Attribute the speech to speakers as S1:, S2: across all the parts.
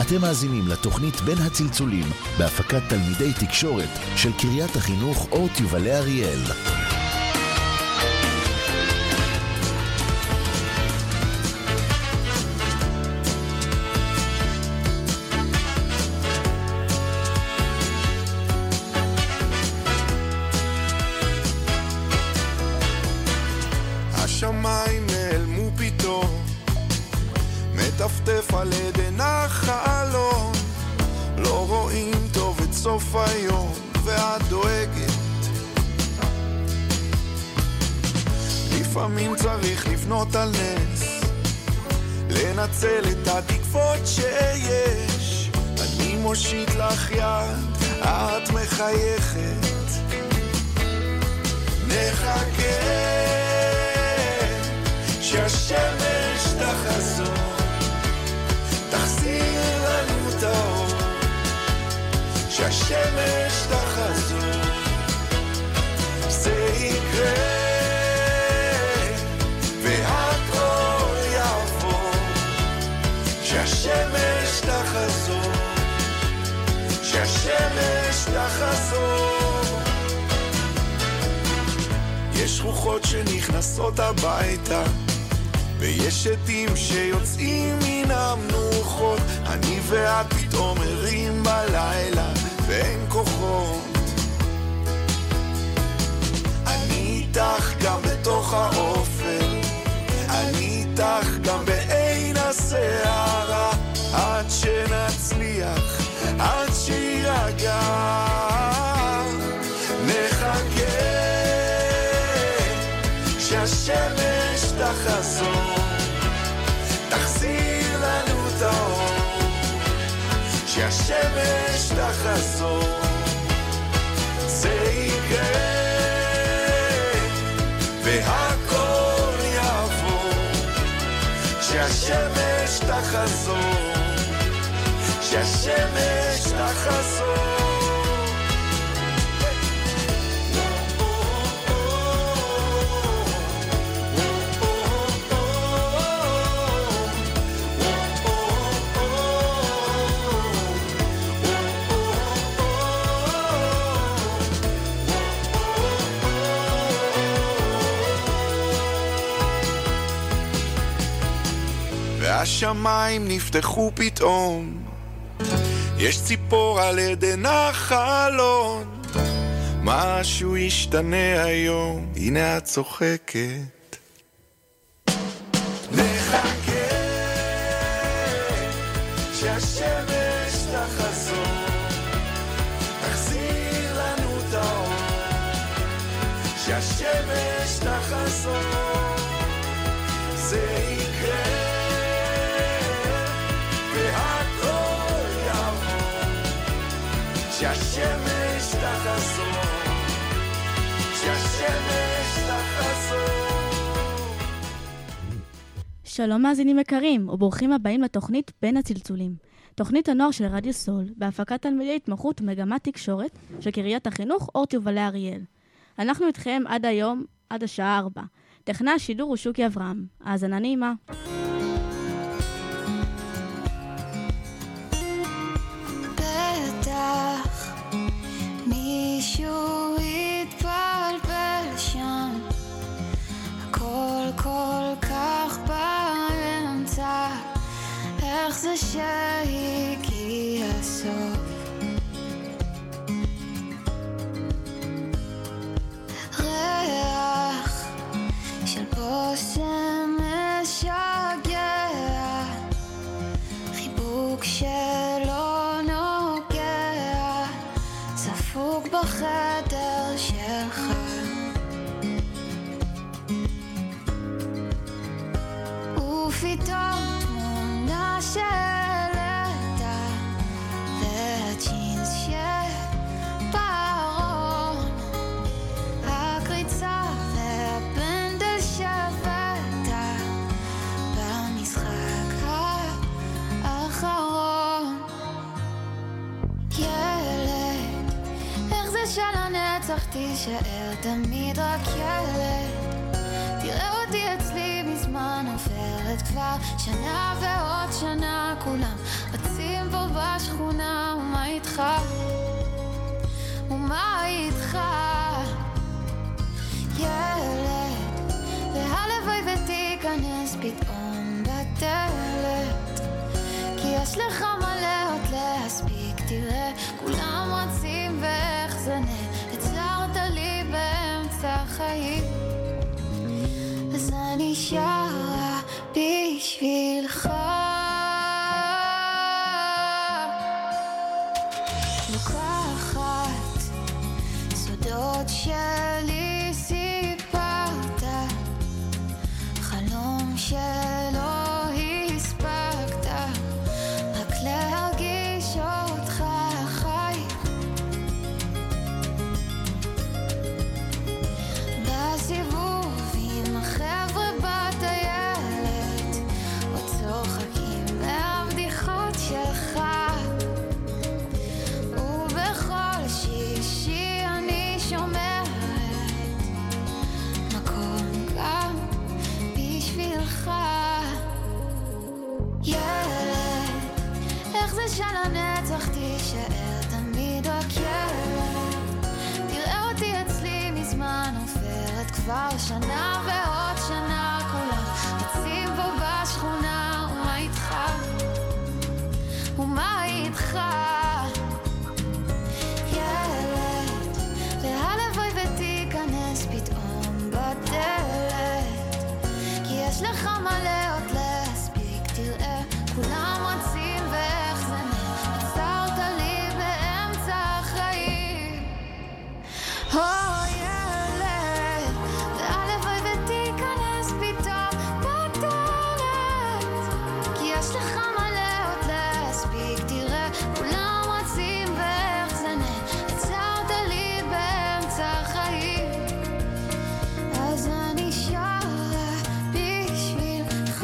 S1: אתם מאזינים לתוכנית בין הצלצולים בהפקת תלמידי תקשורת של קריית החינוך אורט יובלי אריאל.
S2: השמיים נעלמו פתאום, מטפטף על עדן החלון, לא רואים טוב את סוף היום ואת דואגת. לפעמים צריך לבנות על נס, לנצל את התקוות שיש. אני מושיט לך יד, את מחייכת, נחכה שהשמש תחזור, תחזיר לנו את האור, שהשמש תחזור, זה יקרה והכל יעבור, שהשמש תחזור, שהשמש תחזור. יש רוחות שנכנסות הביתה, ויש עדים שיוצאים מן המנוחות, אני ואת פתאום ערים בלילה ואין כוחות. אני איתך גם בתוך האופל, אני איתך גם בעין הסערה, עד שנצליח, עד שירגע, נחכה שהשמש תחזור, תחזיר לנו את האור, שהשמש תחזור, זה יקרה והכל יעבור, שהשמש תחזור, שהשמש תחזור. השמיים נפתחו פתאום, יש ציפור על עדן החלון, משהו ישתנה היום, הנה את צוחקת, נחכה שהשמש תחזור, תחזיר לנו את האור, שהשמש תחזור, זה יקרה שהשמש תחזור, שהשמש תחזור.
S3: שלום מאזינים יקרים, וברוכים הבאים לתוכנית בין הצלצולים. תוכנית הנוער של רדיו סול, בהפקת תלמידי התמחות ומגמת תקשורת של קריית החינוך אורט יובלי אריאל. אנחנו איתכם עד היום, עד השעה 4. טכנאי השידור הוא שוקי אברהם. האזנה נעימה.
S4: מישהו התפלפל שם, הכל כל כך באמצע, איך זה שהגיע הסוף. ריח של בושם משגע, חיבוק שלא נוגע, ספוק בחדר שלך, ופתאום תמונה שלתה והג'ינס שברון, הקריצה והפנדל שבאת במשחק האחרון. ילד, איך זה שלנצח תישאר תמיד רק ילד, תראה אותי אצלי בזמן עוברת עוברת כבר שנה ועוד שנה, כולם רצים פה בשכונה. ומה איתך? ומה איתך? ילד, והלוואי ותיכנס פתאום בדלת, כי יש לך מלא עוד להספיק. תראה, כולם רצים ואיך זה נעצרת לי באמצע החיים, אז אני שרה בשבילך. לוקחת סודות שלי סיפרת, חלום שלא הספקת, רק להרגיש אותך חי. בסיבוב עם החבר'ה בטיילת, עוד צוחקים מהבדיחות שלך, ובכל שישי אני שומרת מקום גם בשבילך. ילד, איך זה שלנצח תישאר תמיד רק ילד? תראה אותי אצלי מזמן עוברת כבר שנה ועוד שנה, כולם רצים פה בשכונה. ומה איתך? ומה איתך? ילד, והלוואי ותיכנס פתאום בדלת, כי יש לך מלא עוד להספיק. תראה, כולם רצים ואיך זה נעצרת לי באמצע החיים. ילד, והלוואי ותיכנס פתאום בדלת, כי יש לך מלא עוד להספיק. תראה, כולם רצים ואיך זה נעצרת לי באמצע החיים, אז אני שרה בשבילך.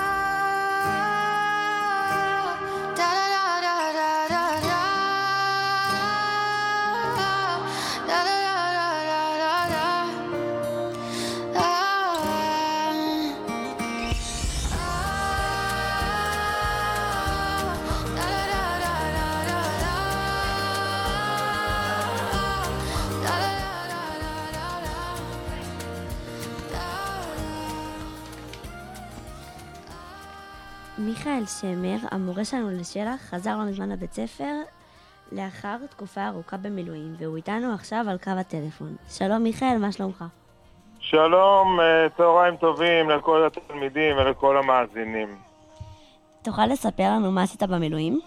S5: מיכאל שמר, המורה שלנו לשלח, חזר לא מזמן לבית ספר לאחר תקופה ארוכה במילואים, והוא איתנו עכשיו על קו הטלפון. שלום מיכאל, מה שלומך?
S6: שלום, צהריים טובים לכל התלמידים ולכל המאזינים.
S5: תוכל לספר לנו מה עשית במילואים?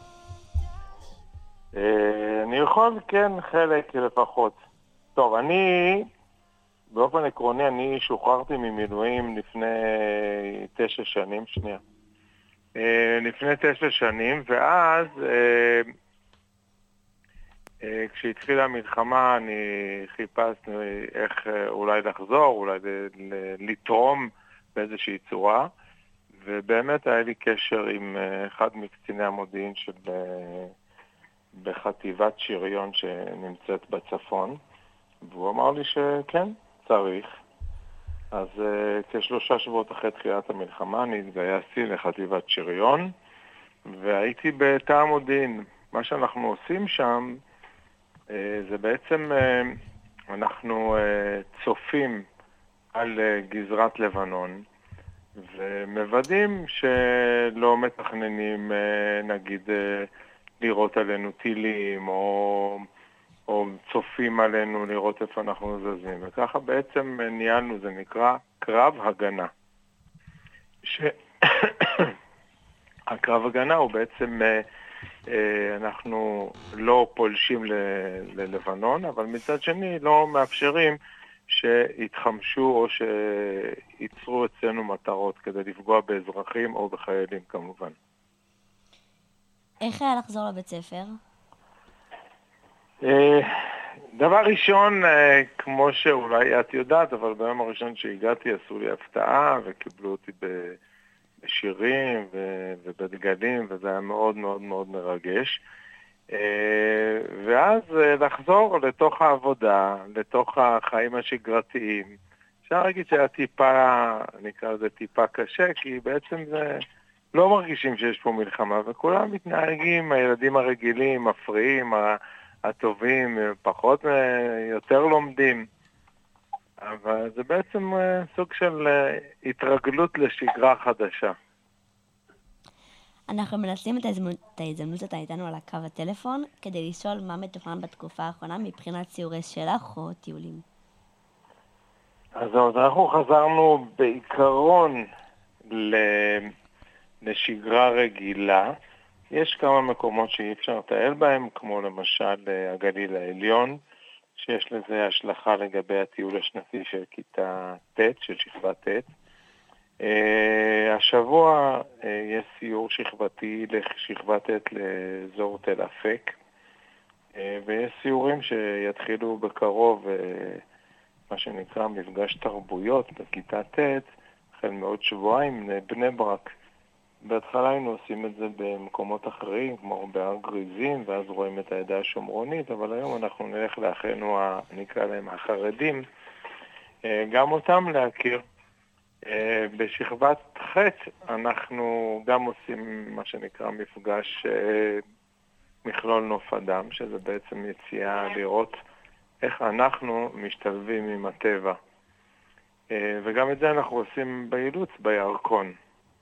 S6: אני יכול, כן, חלק לפחות. טוב, באופן עקרוני, אני שוחררתי ממילואים לפני 9 שנים, לפני 9 שנים, ואז כשהתחילה המלחמה אני חיפשתי איך אולי לחזור, אולי לתרום באיזושהי צורה, ובאמת היה לי קשר עם אחד מקציני המודיעין בחטיבת שריון שנמצאת בצפון, והוא אמר לי שכן, צריך. אז כ3 שבועות אחרי תחילת המלחמה אני התגייסתי לחטיבת שריון, והייתי בתא המודיעין. מה שאנחנו עושים שם זה בעצם אנחנו צופים על גזרת לבנון ומוודאים שלא מתכננים נגיד לראות עלינו טילים או צופים עלינו לראות איפה אנחנו זזים, וככה בעצם ניהלנו, זה נקרא קרב הגנה. הקרב הגנה הוא בעצם אנחנו לא פולשים ללבנון, אבל מצד שני לא מאפשרים שיתחמשו או שיצרו אצלנו מטרות כדי לפגוע באזרחים או בחיילים כמובן.
S5: איך היה לחזור לבית ספר?
S6: דבר ראשון, כמו שאולי את יודעת, אבל ביום הראשון שהגעתי עשו לי הפתעה וקיבלו אותי בשירים ובדגלים, וזה היה מאוד מאוד מאוד מרגש. ואז לחזור לתוך העבודה, לתוך החיים השגרתיים, אפשר להגיד שהיה טיפה, נקרא לזה טיפה קשה, כי בעצם זה לא מרגישים שיש פה מלחמה, וכולם מתנהגים, הילדים הרגילים, מפריעים, הטובים, פחות, יותר לומדים. אבל זה בעצם סוג של התרגלות לשגרה חדשה.
S5: אנחנו מנצלים את ההזדמנות שאתה איתנו על הקו הטלפון, כדי לשאול מה מתוכנן בתקופה האחרונה מבחינת ציורי שלח או טיולים.
S6: אז אנחנו חזרנו בעיקרון לשגרה רגילה. יש כמה מקומות שאי אפשר לטייל בהם, כמו למשל הגליל העליון, שיש לזה השלכה לגבי הטיול השנתי של כיתה ט', של שכבה ט'. השבוע יש סיור שכבתי לשכבה ט' לאזור תל אפק, ויש סיורים שיתחילו בקרוב, מה שנקרא מפגש תרבויות בכיתה ט', החל מעוד שבועיים, בני ברק. בהתחלה היינו עושים את זה במקומות אחרים, כמו בהר גריזים, ואז רואים את העדה השומרונית, אבל היום אנחנו נלך לאחינו, נקרא להם החרדים, גם אותם להכיר. בשכבת ח' אנחנו גם עושים מה שנקרא מפגש מכלול נוף אדם, שזה בעצם יציאה לראות איך אנחנו משתלבים עם הטבע. וגם את זה אנחנו עושים באילוץ בירקון.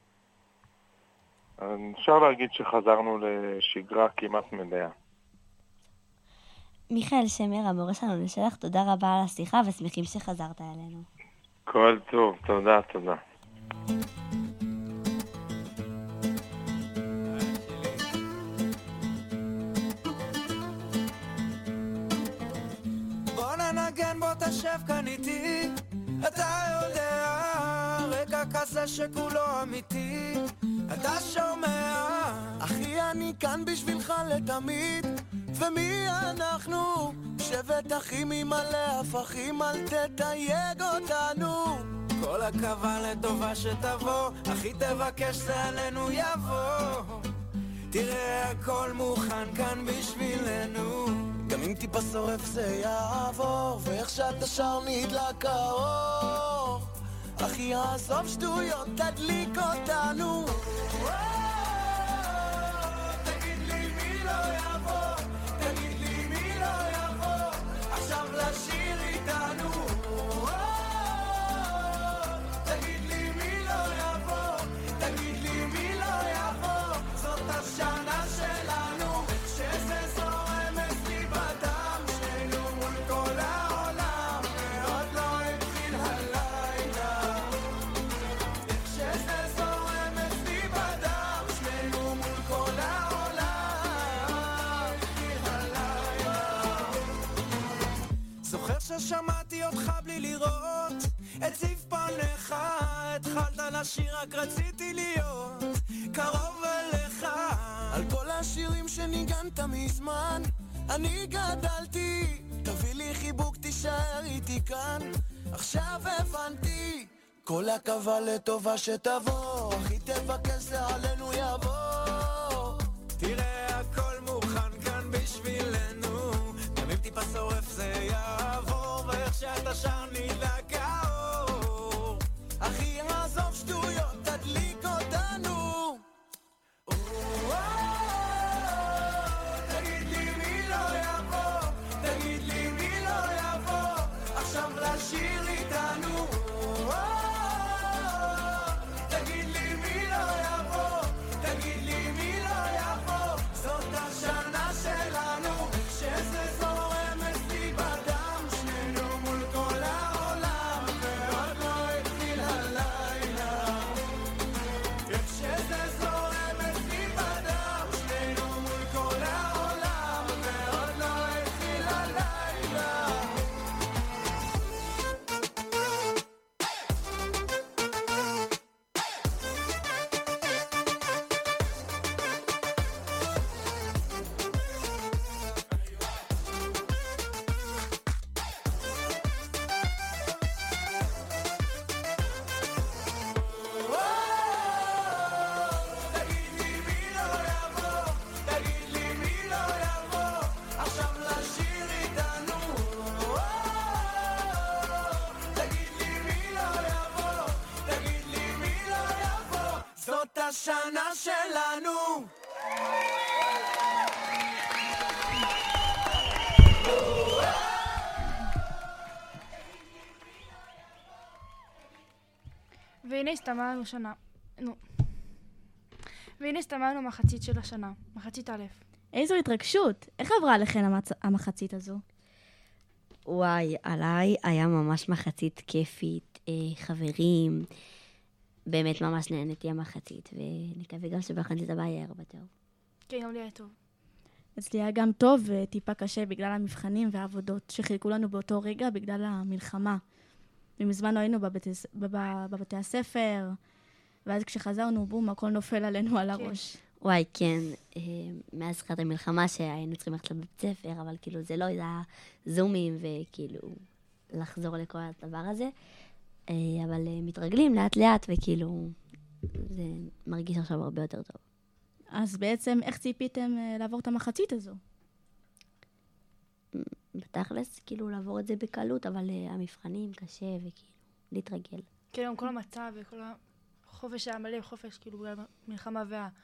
S6: אפשר להגיד שחזרנו לשגרה כמעט מלאה.
S5: מיכאל שמר, המורה שלנו לשלח, תודה רבה על השיחה ושמחים שחזרת אלינו.
S6: כל טוב, תודה, תודה.
S2: בוא ננגן, בוא תשב כאן איתי, אתה יודע, רגע כזה שכולו אמיתי, אתה שומע, אחי אני כאן בשבילך לתמיד, ומי אנחנו? שבט אחים עם מלא הפכים, אל תתייג אותנו. כל הקווה לטובה שתבוא, אחי תבקש זה עלינו יבוא. תראה הכל מוכן כאן בשבילנו, גם אם טיפה שורף זה יעבור, ואיך שאתה שר נדלק האור. אחי עזוב שטויות, תדליק אותנו. תגיד לי מי לא יבוא, תגיד לי מי לא יבוא, עכשיו לשיר איתנו. תגיד לי מי לא יבוא, תגיד לי מי לא יבוא, זאת השנה שלנו, שזה זורם אצלי בדם, שנינו מול כל העולם, ועוד לא התחיל הלילה. שזה זורם אצלי בדם, שנינו מול כל העולם, התחיל הלילה. זוכר ששמעתי אותך בלי לראות את צבע פניך, התחלת לשיר רק רציתי להיות קרוב אליך. על כל השירים שניגנת מזמן אני גדלתי, תביא לי חיבוק תישאר איתי כאן, עכשיו הבנתי, כל הקווה לטובה שתבוא, אחי תבקש זה עלינו יבוא. תראה הכל מוכן כאן בשבילנו, גם אם טיפה שורף זה יעבור, ואיך שאתה שר נדלק האור. אחי עזוב שטויות, תדליק אותנו. תגיד לי מי לא יבוא, תגיד לי מי לא יבוא, עכשיו לשיר איתנו. תגיד לי מי לא יבוא, תגיד לי מי לא יבוא, זאת השנה שלנו, שזה זורם אצלי בדם, שנינו מול כל העולם, השנה שלנו.
S7: והנה הסתמנו שנה. והנה הסתמנו מחצית של השנה, מחצית א'.
S3: איזו התרגשות. איך עברה עליכן המחצית הזו?
S5: וואי, עליי היה ממש מחצית כיפית, חברים. באמת ממש נהניתי המחצית, ונקווה גם שבחצית הבאה יהיה הרבה טוב.
S7: כן, גם לי היה טוב.
S3: אצלי היה גם טוב וטיפה קשה בגלל המבחנים והעבודות שחילקו לנו באותו רגע בגלל המלחמה. ומזמן לא היינו בבתי הספר, ואז כשחזרנו, בום, הכל נופל עלינו על הראש.
S5: וואי, כן, מאז תחילת המלחמה שהיינו צריכים ללכת לבית ספר, אבל כאילו זה לא היה זומים וכאילו לחזור לכל הדבר הזה, אבל מתרגלים לאט לאט וכאילו זה מרגיש עכשיו הרבה יותר טוב.
S3: אז בעצם איך ציפיתם לעבור את המחצית הזו?
S5: בתכלס, כאילו לעבור את זה בקלות, אבל המבחנים קשה וכאילו להתרגל.
S7: כן, גם כל המצב וכל החופש היה מלא, חופש כאילו בגלל המלחמה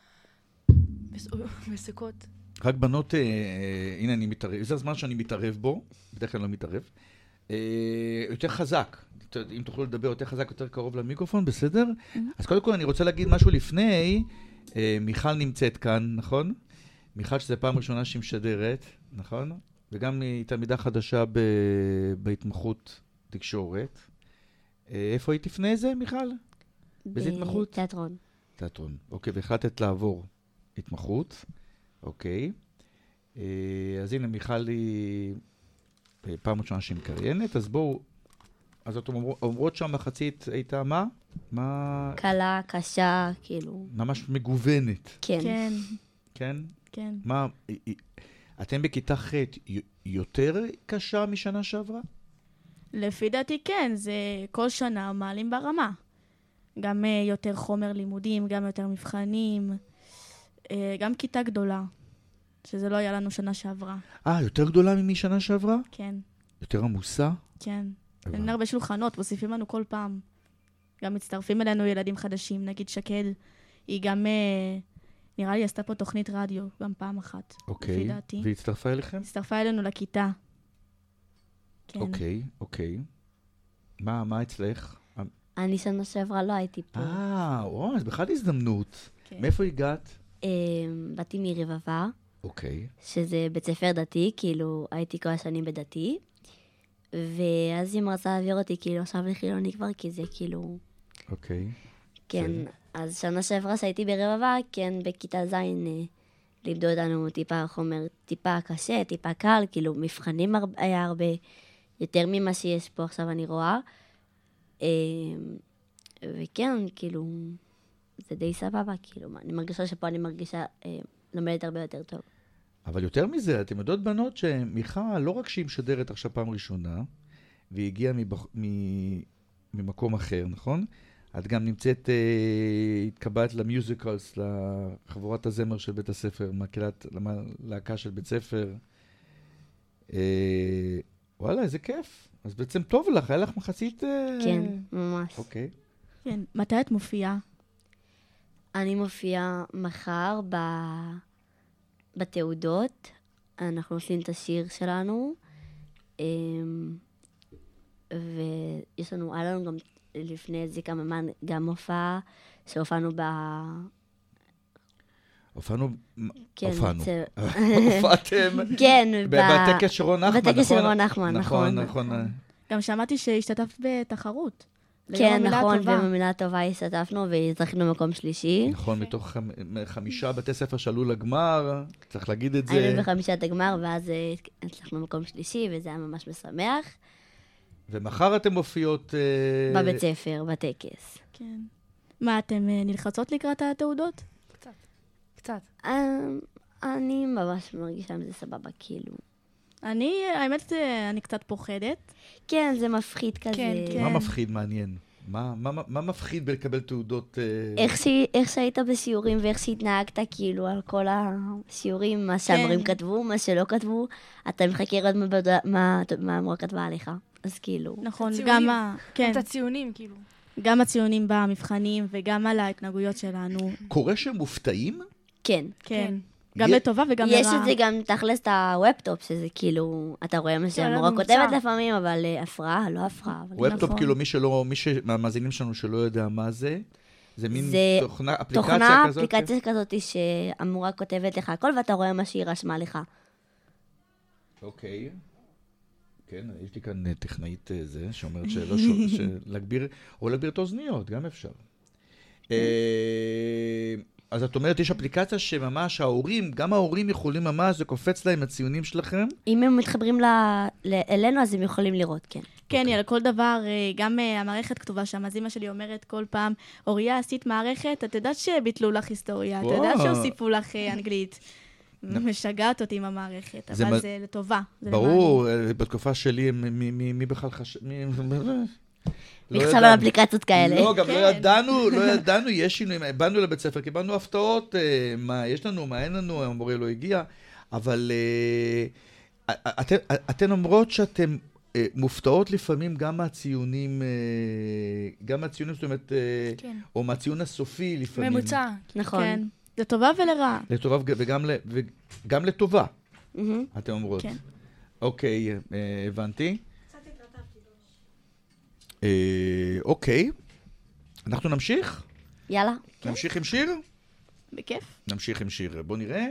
S7: והסקות.
S8: רק בנות, הנה אני מתערב, זה הזמן שאני מתערב בו, בדרך כלל לא מתערב, יותר חזק, אם תוכלו לדבר יותר חזק, יותר קרוב למיקרופון, בסדר? אז קודם כל אני רוצה להגיד משהו לפני, מיכל נמצאת כאן, נכון? מיכל שזה פעם ראשונה שהיא משדרת, נכון? וגם היא תלמידה חדשה בהתמחות תקשורת. איפה היית לפני זה, מיכל? באיזה התמחות?
S5: בתיאטרון.
S8: תיאטרון, אוקיי, והחלטת לעבור התמחות, אוקיי. אז הנה, מיכל היא פעם ראשונה שהיא מקריינת, אז בואו, אז אתם אומרות שהמחצית הייתה מה? מה?
S5: קלה, קשה, כאילו.
S8: ממש מגוונת.
S5: כן.
S3: כן.
S8: כן?
S3: כן.
S8: מה, אתם בכיתה ח' יותר קשה משנה שעברה?
S3: לפי דעתי כן, זה כל שנה מעלים ברמה. גם יותר חומר לימודים, גם יותר מבחנים, גם כיתה גדולה, שזה לא היה לנו שנה שעברה.
S8: יותר גדולה משנה שעברה?
S3: כן.
S8: יותר עמוסה?
S3: כן. אין הרבה שולחנות, מוסיפים לנו כל פעם. גם מצטרפים אלינו ילדים חדשים, נגיד שקד, היא גם, נראה לי עשתה פה תוכנית רדיו, גם פעם אחת.
S8: אוקיי,
S3: לפי דעתי.
S8: והיא הצטרפה אליכם?
S3: הצטרפה אלינו לכיתה. כן.
S8: אוקיי. מה אצלך?
S5: אני שנה שעברה לא הייתי פה.
S8: וואו, אז בכלל הזדמנות.
S3: כן.
S8: מאיפה הגעת?
S5: באתי מרבבה.
S8: אוקיי.
S5: שזה בית ספר דתי, כאילו הייתי כל השנים בדתי. ואז היא רצה להעביר אותי כאילו עכשיו לחילוני כבר, כי זה כאילו...
S8: אוקיי.
S5: כן, אז שנה שעברה שהייתי ברבבה, כן, בכיתה ז' לימדו אותנו טיפה חומר, טיפה קשה, טיפה קל, כאילו מבחנים היה הרבה יותר ממה שיש פה עכשיו אני רואה. וכן, כאילו, זה די סבבה, כאילו, אני מרגישה שפה אני מרגישה לומדת הרבה יותר טוב.
S8: אבל יותר מזה, אתם יודעות בנות שמיכל, לא רק שהיא משדרת עכשיו פעם ראשונה, והיא הגיעה ממקום אחר, נכון? את גם נמצאת, התקבלת למיוזיקלס, לחבורת הזמר של בית הספר, להקה של בית ספר. וואלה, איזה כיף. אז בעצם טוב לך, היה לך מחצית...
S5: כן, ממש.
S8: אוקיי.
S3: כן, מתי את מופיעה?
S5: אני מופיעה מחר בתעודות. אנחנו עושים את השיר שלנו. ויש לנו, היה לנו גם לפני זה כמה זמן, גם הופעה שהופענו
S8: הופעתם בטקס של רון נחמן,
S5: בטקס של רון נחמן, נכון.
S3: גם שמעתי שהשתתפת בתחרות.
S5: כן, נכון, ובמילה הטובה השתתפנו וזכינו מקום שלישי.
S8: נכון, מתוך 5 בתי ספר שעלו לגמר, צריך להגיד את זה.
S5: היינו ב5 הגמר, ואז הצלחנו מקום שלישי, וזה היה ממש משמח.
S8: ומחר אתם מופיעות...
S5: בבית ספר, בטקס.
S3: כן. מה, אתם נלחצות לקראת התעודות?
S7: קצת.
S5: אני ממש מרגישה עם זה סבבה, כאילו.
S3: האמת, אני קצת פוחדת.
S5: כן, זה מפחיד כזה.
S3: כן.
S8: מה מפחיד? מעניין. מה מפחיד בלקבל תעודות?
S5: איך שהיית בשיעורים ואיך שהתנהגת, כאילו, על כל השיעורים, מה שהמורים כתבו, מה שלא כתבו, אתה מחכה לראות מה המורה כתבה עליך. אז כאילו...
S3: נכון, גם
S7: את הציונים, כאילו.
S3: גם הציונים במבחנים וגם על ההתנהגויות שלנו.
S8: קורה שהם מופתעים?
S5: כן.
S3: כן. גם לטובה וגם לרעה.
S5: יש את זה גם תכלס את הוובטופ, שזה כאילו, אתה רואה מה שהמורה כותבת לפעמים, אבל הפרעה, לא הפרעה.
S8: וובטופ, כאילו מי מהמאזינים שלנו שלא יודע מה זה, זה מין תוכנה,
S5: אפליקציה כזאת שהמורה כותבת לך הכל, ואתה רואה מה שהיא רשמה לך.
S8: אוקיי. כן, יש לי כאן טכנאית זה, שאומרת להגביר, או להגביר את האוזניות, גם אפשר. אז את אומרת, יש אפליקציה שממש ההורים, גם ההורים יכולים ממש, זה קופץ להם הציונים שלכם?
S5: אם הם מתחברים אלינו, אז הם יכולים לראות, כן.
S3: כן, על כל דבר, גם המערכת כתובה שם, אז אמא שלי אומרת כל פעם, אוריה, עשית מערכת, את יודעת שביטלו לך היסטוריה, את יודעת שהוסיפו לך אנגלית. משגעת אותי עם המערכת, אבל זה לטובה.
S8: ברור, בתקופה שלי, מי בכלל חשב...
S5: נחשב על אפליקציות כאלה.
S8: לא, גם לא ידענו, יש שינויים. באנו לבית ספר, קיבלנו הפתעות, מה יש לנו, מה אין לנו, המורה לא הגיע, אבל אתן אומרות שאתן מופתעות לפעמים גם מהציונים, זאת אומרת, או מהציון הסופי לפעמים.
S7: ממוצע.
S5: נכון.
S3: זה טובה ולרעה.
S8: לטובה וגם לטובה, אתן אומרות.
S3: כן.
S8: אוקיי, הבנתי. אוקיי, אנחנו נמשיך?
S5: יאללה.
S8: נמשיך עם שיר?
S3: בכיף.
S8: נמשיך עם שיר, בוא נראה.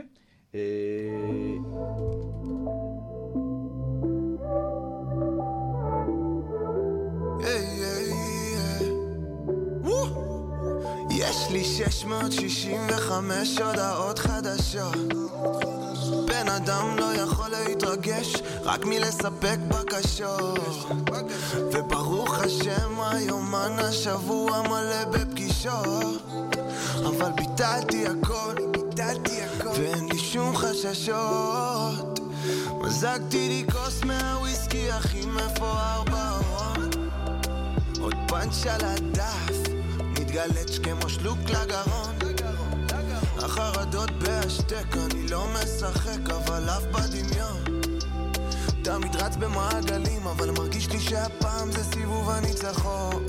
S2: יש לי 665 הודעות חדשות. בן אדם לא יכול להתרגש רק מלספק בקשות, וברוך השם היומן השבוע מלא בפגישות, אבל ביטלתי הכל ואין לי שום חששות. מזגתי לי כוס מהוויסקי הכי מפואר בעולם, עוד פאנץ' על הדף מתגלץ' כמו שלוק לגרון. החרדות בהשתק, אני לא משחק אבל אף בדמיון. תמיד רץ במעגלים אבל מרגיש לי שהפעם זה סיבוב הניצחון.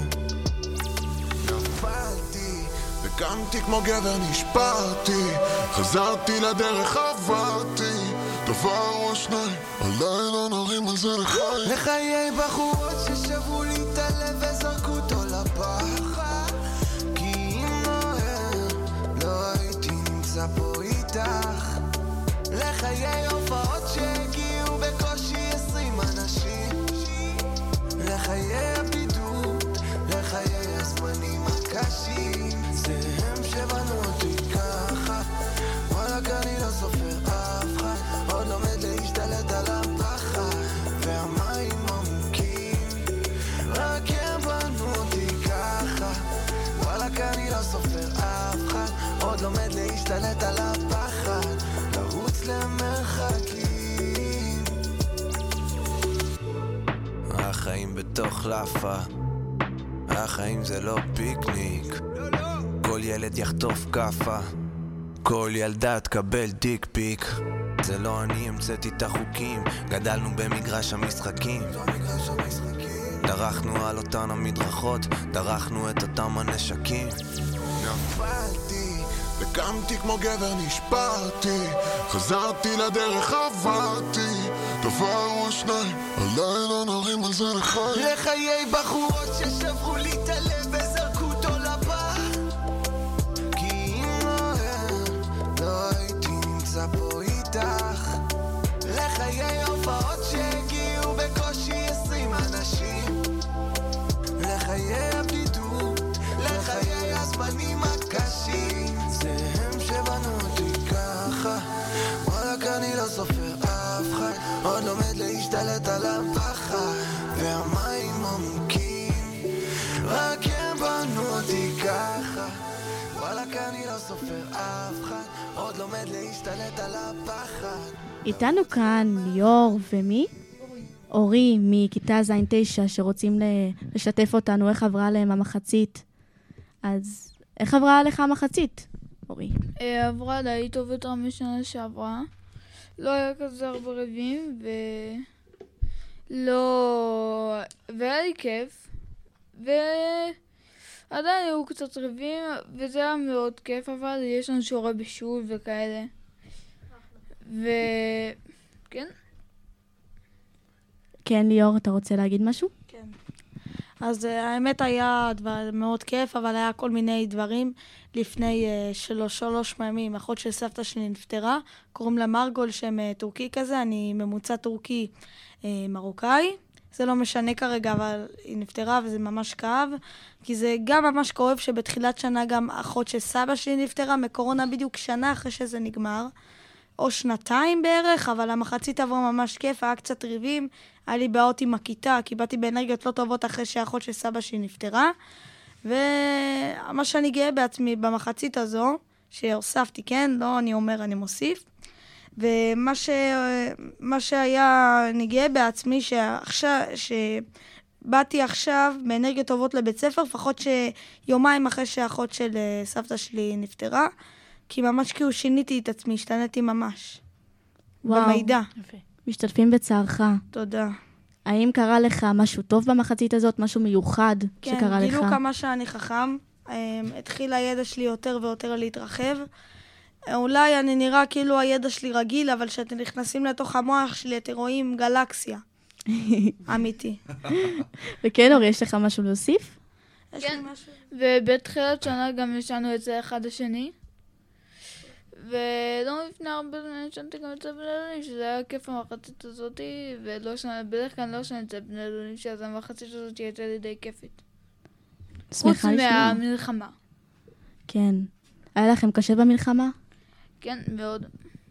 S2: נפלתי וקמתי כמו גבר, נשפרתי, חזרתי לדרך, עברתי דבר או שניים, הלילה נרים על זה לחיים. לחיי בחורות ששברו לי את הלב וזרקו אותו לפח, כי אם לא הייתי נמצא פה איתך. לחיי הופעות שהגיעו בקושי 20 אנשים, לחיי הבידוד, לחיי הזמנים הקשים. זה הם שבנו אותי ככה, וואלק אני לא סופר אף אחד, עוד לומד להשתלט על הפחד והמים עמוקים, רק הם בנו אותי ככה, וואלק אני לא סופר אף אחד, עוד לומד להשתלט על הפחד, לרוץ למרחקים. החיים בתוך לפה, החיים זה לא פיקניק, כל ילד יחטוף כפה, כל ילדה תקבל דיק פיק. זה לא אני המצאתי את החוקים, גדלנו במגרש המשחקים, דרכנו על אותן המדרכות, דרכנו את אותם הנשקים. נפלתי וקמתי כמו גבר, נשפרתי, חזרתי לדרך, עברתי דבר או שניים, הלילה נרים על זה לחיים. לחיי בחורות ששברו לי את הלב וזרקו אותו לפח, כי אם לא הייתי נמצא פה איתך. לחיי הופעות שהגיעו בקושי 20 אנשים, לחיי הבדידות, לחיי הזמנים הקשים. זה הם שבנו אותי ככה, וואלק אני לא סופר אף אחד, עוד לומד להשתלט על הפחד והמים עמוקים, רק הם בנו אותי ככה, וואלק אני לא סופר אף אחד, עוד לומד להשתלט על הפחד.
S3: איתנו כאן ליאור ומי? אורי מכיתה ז' 9 שרוצים לשתף אותנו איך עברה להם המחצית. אז איך עברה לך המחצית, אורי?
S7: עברה די טוב יותר משנה שעברה. לא היה כזה הרבה רבים והיה לי כיף. עדיין היו קצת ריבים, וזה היה מאוד כיף, אבל יש לנו שיעורי בישול וכאלה. כן?
S3: כן, ליאור, אתה רוצה להגיד משהו?
S9: כן. אז האמת היה מאוד כיף, אבל היה כל מיני דברים. לפני 3 ימים, אחות של סבתא שלי נפטרה, קוראים לה מרגול, שם טורקי כזה, אני ממוצע טורקי מרוקאי. זה לא משנה כרגע, אבל היא נפטרה וזה ממש כאב, כי זה גם ממש כואב שבתחילת שנה גם אחות של סבא שלי נפטרה, מקורונה בדיוק שנה אחרי שזה נגמר, או 2 בערך, אבל המחצית עברה ממש כיף, היה קצת ריבים, היה לי בעיות עם הכיתה, כי באתי באנרגיות לא טובות אחרי שהאחות של סבא שלי נפטרה, ומה שאני גאה בעצמי במחצית הזו, שהוספתי, כן, לא אני אומר, אני מוסיף, ומה שהיה, אני גאה בעצמי, שבאתי עכשיו באנרגיות טובות לבית ספר, לפחות שיומיים אחרי שהאחות של סבתא שלי נפטרה, כי ממש כאילו שיניתי את עצמי, השתניתי ממש.
S3: וואו.
S9: במידע.
S3: יפה. משתתפים בצערך.
S9: תודה.
S3: האם קרה לך משהו טוב במחצית הזאת, משהו מיוחד
S9: כן,
S3: שקרה לך?
S9: כן, גילו כמה שאני חכם, התחיל הידע שלי יותר ויותר להתרחב. אולי אני נראה כאילו הידע שלי רגיל, אבל כשאתם נכנסים לתוך המוח שלי, אתם רואים גלקסיה. אמיתי.
S3: וכן, אור, יש לך משהו להוסיף?
S7: כן, ובתחילת שנה גם ישנו את זה אחד השני. ולא לפני הרבה זמן ישנתי גם את זה בני שזה היה כיף המחצית הזאת, ובדרך כלל לא ישן את זה בני דודים, שאז המחצית הזאת הייתה לי די כיפית. חוץ מהמלחמה.
S3: כן. היה לכם קשה במלחמה?
S7: כן, מאוד.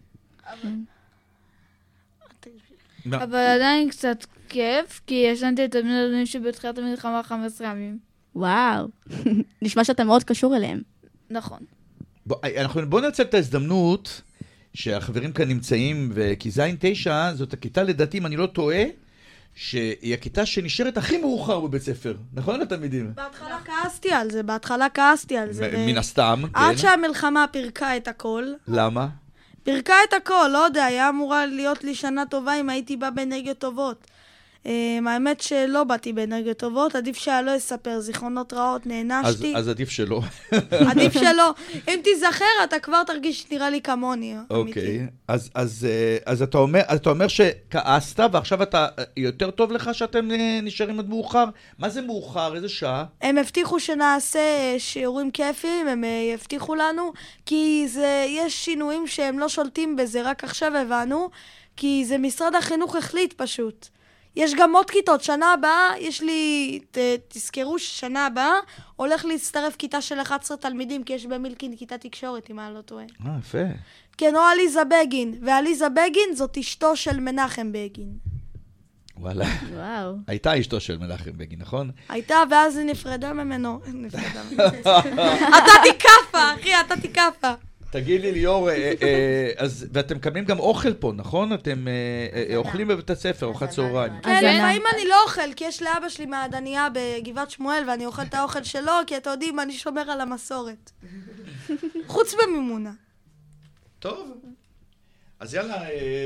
S7: אבל עדיין קצת כיף, כי ישנתי את הבני דודים שבתחילת המלחמה 15 ימים.
S3: וואו. נשמע שאתה מאוד קשור אליהם.
S7: נכון.
S8: בואו ננצל את ההזדמנות שהחברים כאן נמצאים, כי זין 9 זאת הכיתה לדעתי, אם אני לא טועה, שהיא הכיתה שנשארת הכי מאוחר בבית ספר. נכון לתלמידים?
S9: בהתחלה כעסתי על זה.
S8: מן הסתם, כן.
S9: עד שהמלחמה פירקה את הכל.
S8: למה?
S9: פירקה את הכל, לא יודע, היה אמורה להיות לי שנה טובה אם הייתי בא באנרגיות טובות. האמת שלא באתי באנרגיות טובות, עדיף שהיה לא אספר, זיכרונות רעות, נענשתי.
S8: אז עדיף שלא.
S9: עדיף שלא. אם תיזכר, אתה כבר תרגיש נראה לי כמוני.
S8: אוקיי, אז אתה אומר שכעסת, ועכשיו אתה יותר טוב לך שאתם נשארים עד מאוחר? מה זה מאוחר? איזה שעה?
S9: הם הבטיחו שנעשה שיעורים כיפים, הם הבטיחו לנו, כי יש שינויים שהם לא שולטים בזה, רק עכשיו הבנו, כי זה משרד החינוך החליט פשוט. יש גם עוד כיתות, שנה הבאה, יש לי, תזכרו ששנה הבאה, הולך להצטרף כיתה של 11 תלמידים, כי יש במילקין כיתה תקשורת, אם אני לא טועה.
S8: יפה.
S9: כן, או עליזה בגין, ועליזה בגין זאת אשתו של מנחם בגין.
S8: וואלה.
S3: וואו.
S8: הייתה אשתו של מנחם בגין, נכון?
S9: הייתה, ואז היא נפרדה ממנו. אתה תיקפה, אחי, אתה תיקפה.
S8: תגיד לי, ליאור, ואתם מקבלים גם אוכל פה, נכון? אתם אוכלים בבית הספר, אוכלת צהריים.
S9: כן, לפעמים אני לא אוכל, כי יש לאבא שלי מעדניה בגבעת שמואל, ואני אוכל את האוכל שלו, כי אתם יודעים, אני שומר על המסורת. חוץ במימונה.
S8: טוב. אז יאללה,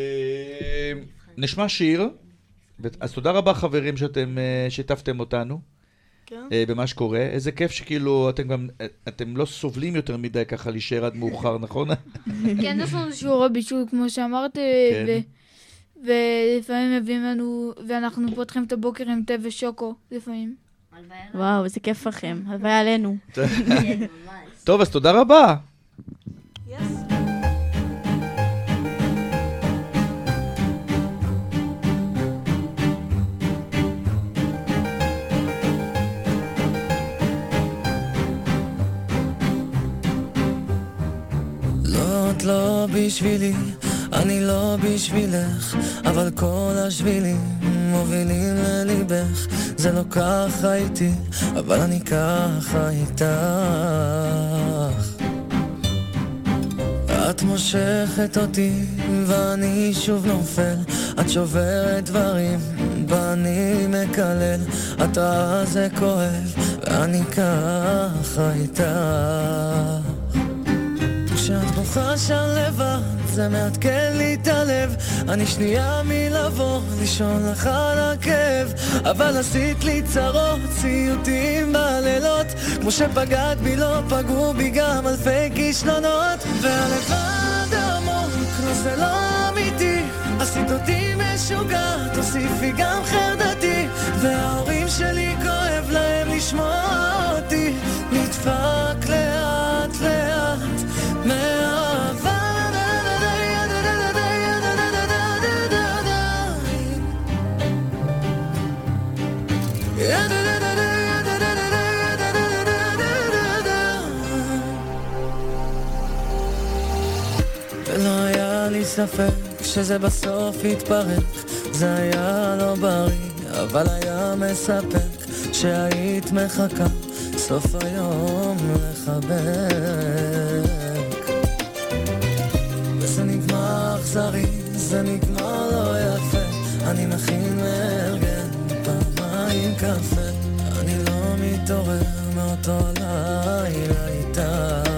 S8: נשמע שיר. אז תודה רבה, חברים, שאתם שיתפתם אותנו. במה שקורה. איזה כיף שכאילו אתם לא סובלים יותר מדי ככה להישאר עד מאוחר, נכון?
S7: כן, יש לנו שיעורי בישול, כמו שאמרתי, ולפעמים מביאים לנו, ואנחנו פותחים את הבוקר עם תה ושוקו, לפעמים.
S3: וואו, איזה כיף לכם. הלוואי עלינו.
S8: טוב, אז תודה רבה.
S2: את לא בשבילי, אני לא בשבילך, אבל כל השבילים מובילים לליבך. זה לא ככה איתי, אבל אני ככה איתך. את מושכת אותי ואני שוב נופל, את שוברת דברים ואני מקלל. את רעה זה כואב ואני ככה איתך. כשאת בוכה שם לבד, זה מעדכן לי את הלב. אני שנייה מלבוא, לישון לך על הכאב, אבל עשית לי צרות, סיוטים בלילות, כמו כמו שפגעת בי לא פגעו בי גם אלפי כישלונות, והלבד עמוק, לא זה לא אמיתי, עשית אותי משוגע, תוסיפי גם חרדתי, וההורים שלי כואב להם לשמוע אותי נדפק לאט לאט מאהבה. ולא היה לי ספק שזה בסוף יתפרק, זה היה לא בריא אבל היה מספק שהיית מחכה סוף היום לחבק, וזה נגמר אכזרי, זה נגמר לא יפה, אני מכין מארגן פעמיים קפה, אני לא מתעורר מאותו לילה איתך,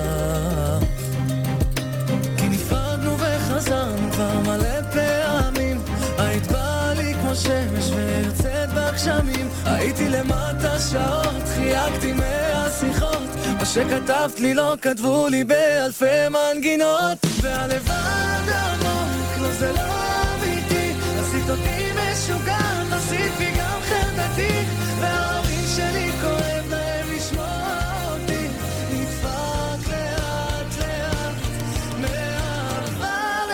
S2: כי נפרדנו וחזרנו כבר מלא פעמים, היית באה לי כמו שמש ויוצאת בגשמים, הייתי למטה שעות, חייגתי מהשיחות, מה שכתבת לי לא כתבו לי באלפי מנגינות, והלבד עמוק, לא זה לא אמיתי, עשית אותי משוגע, תוסיפי גם חרדתי, וההורים שלי כואב להם לשמוע אותי נדפק לאט לאט מאהבה.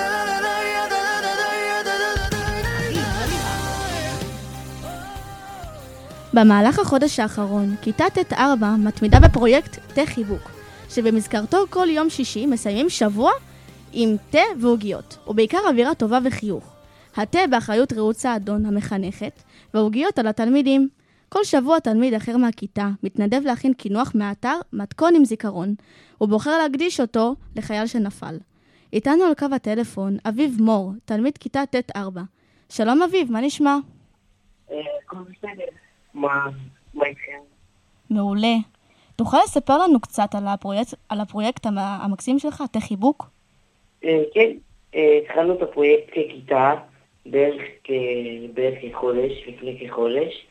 S3: במהלך החודש האחרון, כיתה ט'4 מתמידה בפרויקט תה חיבוק, שבמסגרתו כל יום שישי מסיימים שבוע עם תה ועוגיות, ובעיקר אווירה טובה וחיוך. התה באחריות רעות סעדון המחנכת, והעוגיות על התלמידים. כל שבוע תלמיד אחר מהכיתה מתנדב להכין קינוח מהאתר מתכון עם זיכרון, ובוחר להקדיש אותו לחייל שנפל. איתנו על קו הטלפון אביב מור, תלמיד כיתה ט'4. שלום אביב, מה נשמע?
S10: כל בסדר. מה איתכם?
S3: מעולה. תוכל לספר לנו קצת על הפרויקט המקסים שלך, תה חיבוק?
S10: כן, התחלנו את הפרויקט ככיתה בערך כחודש, לפני כחודש.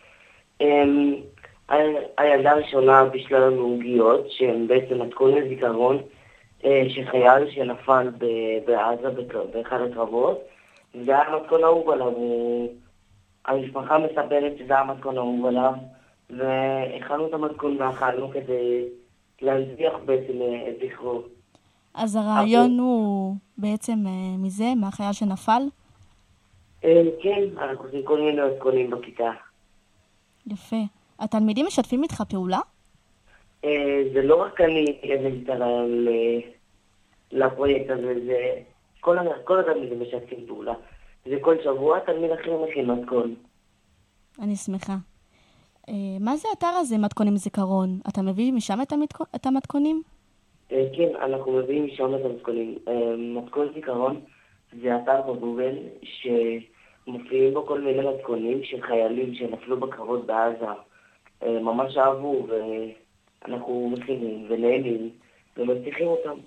S10: הילדה הראשונה בישלה לנו עוגיות, שהן בעצם מתכון לזיכרון של חייל שנפל בעזה באחד הקרבות, וזה היה מתכון אהוב עליו. המשפחה מספרת שזה המתכון האהוב עליו, והכנו את המתכון ואכלנו כדי להנציח בעצם את זכרו.
S3: אז הרעיון הוא בעצם מזה, מהחייל שנפל?
S10: כן, אנחנו עושים כל מיני מתכונים בכיתה.
S3: יפה. התלמידים משתפים איתך פעולה?
S10: זה לא רק אני הבאתי את הרעיון לפרויקט הזה, זה כל התלמידים משתפים פעולה. זה כל שבוע תלמיד אחר מכין מתכון.
S3: אני שמחה. מה זה האתר הזה, מתכונים זיכרון? אתה מביא משם את המתכונים?
S10: כן, אנחנו מביאים משם את המתכונים. מתכון זיכרון זה אתר בגוגל שמופיעים בו כל מיני מתכונים של חיילים שנפלו בקרבות בעזה. ממש אהבו, ואנחנו מכינים ונהנים ומצליחים אותם.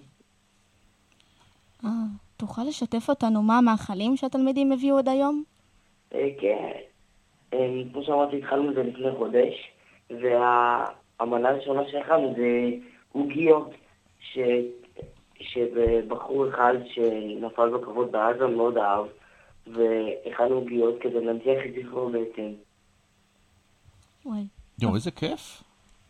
S3: תוכל לשתף אותנו מה המאכלים שהתלמידים הביאו עד היום?
S10: כן. כמו שאמרתי, התחלנו את זה לפני חודש, והמנה הראשונה שהכנו זה עוגיות שבחור אחד שנפל בקרבות בעזה מאוד אהב, והכנו עוגיות כדי להנציח את זכרו בעצם.
S8: יו, איזה כיף.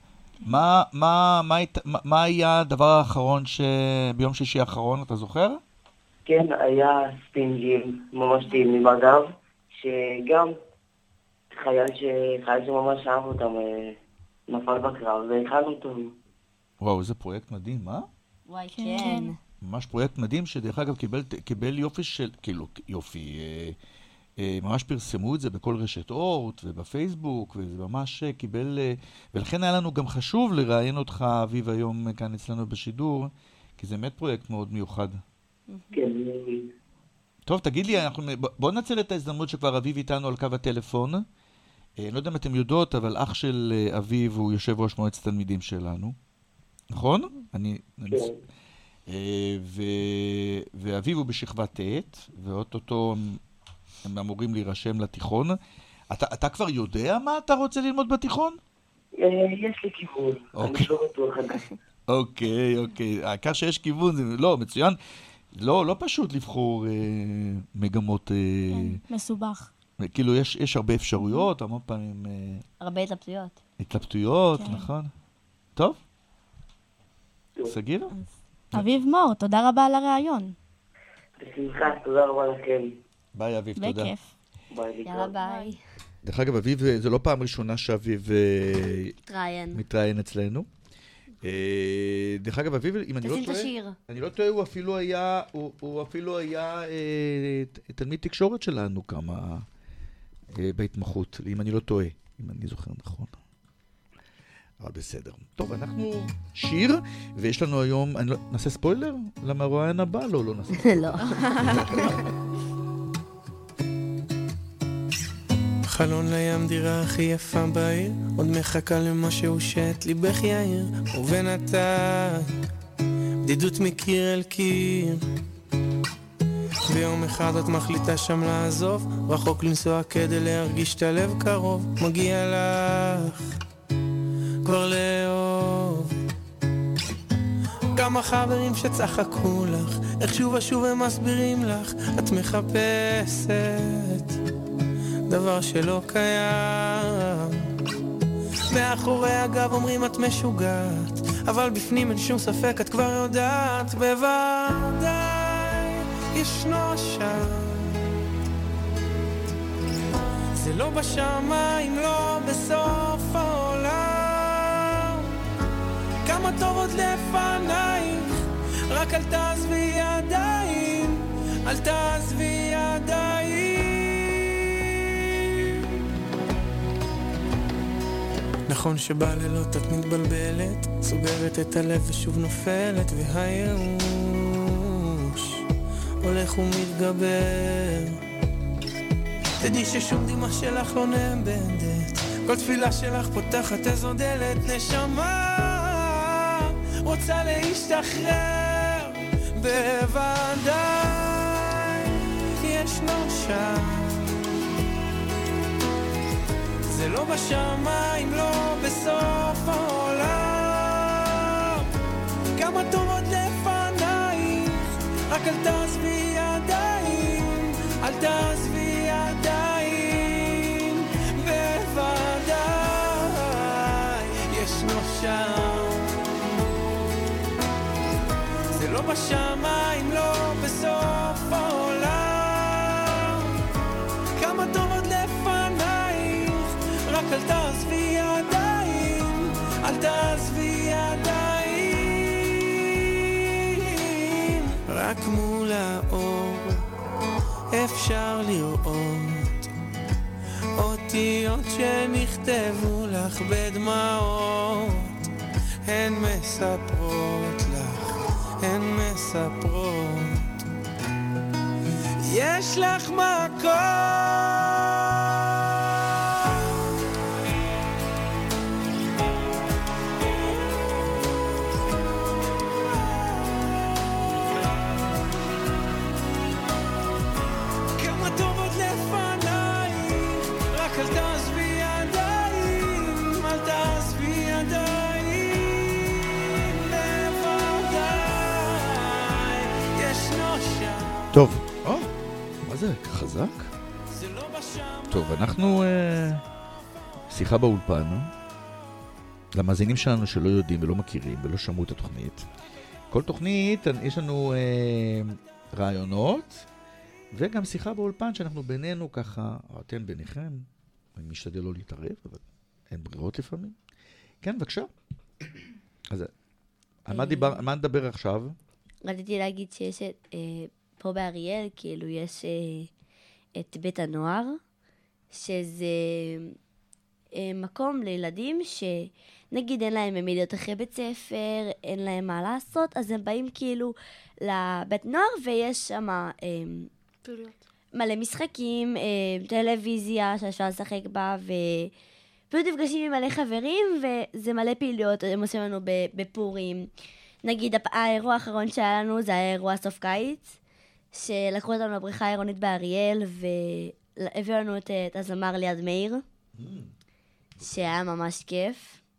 S8: מה היה הדבר האחרון ביום שישי האחרון, אתה זוכר?
S10: כן, היה ספינג'ים ממש טעימים אגב, שגם חייל שממש אהב אותם נפל בקרב, והכנו אותם.
S8: וואו, איזה פרויקט מדהים, מה?
S5: וואי, כן.
S8: ממש פרויקט מדהים, שדרך אגב קיבל יופי של, כאילו, יופי, ממש פרסמו את זה בכל רשת אורט ובפייסבוק, וזה ממש קיבל, ולכן היה לנו גם חשוב לראיין אותך, אביב, היום כאן אצלנו בשידור, כי זה באמת פרויקט מאוד מיוחד.
S10: כן.
S8: טוב, תגיד לי, בוא נצל את ההזדמנות שכבר אביב איתנו על קו הטלפון. אני לא יודע אם אתם יודעות, אבל אח של אביב הוא יושב ראש מועצת תלמידים שלנו. נכון? ואביב הוא בשכבת ט', ואוטוטו הם אמורים להירשם לתיכון. אתה כבר יודע מה אתה רוצה ללמוד בתיכון?
S10: יש לי כיוון, אני לא בטוח עדיין.
S8: אוקיי. העיקר שיש כיוון, זה לא, מצוין. לא פשוט לבחור מגמות...
S3: מסובך.
S8: כאילו, יש הרבה אפשרויות, המון פעמים...
S5: הרבה התלבטויות.
S8: התלבטויות, נכון. טוב. סגיר?
S3: אביב מור, תודה רבה על הרעיון.
S10: בשמחה, תודה רבה לכם.
S8: ביי, אביב, תודה.
S3: בכיף.
S5: יאללה, ביי.
S8: דרך אגב, אביב, זה לא פעם ראשונה שאביב מתראיין אצלנו. דרך אגב, אביב, אם אני לא טועה, הוא אפילו היה תלמיד תקשורת שלנו כמה בהתמחות, אם אני לא טועה, אם אני זוכר נכון. אבל בסדר. טוב, אנחנו שיר, ויש לנו היום, נעשה ספוילר? למה הרעיון הבא? לא נעשה ספוילר.
S5: לא.
S2: חלון לים דירה הכי יפה בעיר, עוד מחכה למשהו שאת ליבך יאיר, ובינתיים בדידות מקיר אל קיר. ביום אחד את מחליטה שם לעזוב, רחוק לנסוע כדי להרגיש את הלב קרוב, מגיע לך כבר לאהוב. כמה חברים שצחקו לך, איך שוב ושוב הם מסבירים לך, את מחפשת דבר שלא קיים. מאחורי הגב אומרים את משוגעת, אבל בפנים אין שום ספק את כבר יודעת, בוודאי ישנו שם. זה לא בשמיים, לא בסוף העולם. כמה טוב עוד לפנייך, רק אל תעזבי ידיים, אל תעזבי ידיים. נכון שבלילות את מתבלבלת, סוגרת את הלב ושוב נופלת, והייאוש הולך ומתגבר. תדעי ששום דמעה שלך לא נאבדת, כל תפילה שלך פותחת איזו דלת. נשמה רוצה להשתחרר, בוודאי ישנו שם. זה לא בשמיים, לא בסוף העולם. כמה טוב עוד לפנייך, רק אל תעזבי ידיים, אל תעזבי ידיים. בוודאי ישנו שם. זה לא בשמיים, לא בסוף העולם. כמה טוב עוד לפנייך, רק אל תעזבי ידיים, אל תעזבי ידיים. רק מול האור אפשר לראות אותיות שנכתבו לך בדמעות. הן מספרות לך, הן מספרות, יש לך מקום.
S8: טוב, מה זה? חזק? טוב, אנחנו שיחה באולפן. למאזינים שלנו שלא יודעים ולא מכירים ולא שמעו את התוכנית. כל תוכנית יש לנו רעיונות וגם שיחה באולפן שאנחנו בינינו ככה, או אתן ביניכם. אני משתדל לא להתערב, אבל אין ברירות לפעמים. כן, בבקשה. אז על מה נדבר עכשיו?
S5: רציתי להגיד שיש פה באריאל, כאילו יש את בית הנוער, שזה מקום לילדים שנגיד אין להם ממי להיות אחרי בית ספר, אין להם מה לעשות, אז הם באים כאילו לבית נוער ויש שם מלא משחקים, טלוויזיה שאפשר לשחק בה, ופשוט נפגשים עם מלא חברים, וזה מלא פעילויות, הם עושים לנו בפורים. נגיד האירוע האחרון שהיה לנו זה היה אירוע סוף קיץ, שלקחו אותנו לבריכה העירונית באריאל, והביאו לנו את הזמר ליד מאיר, שהיה ממש כיף.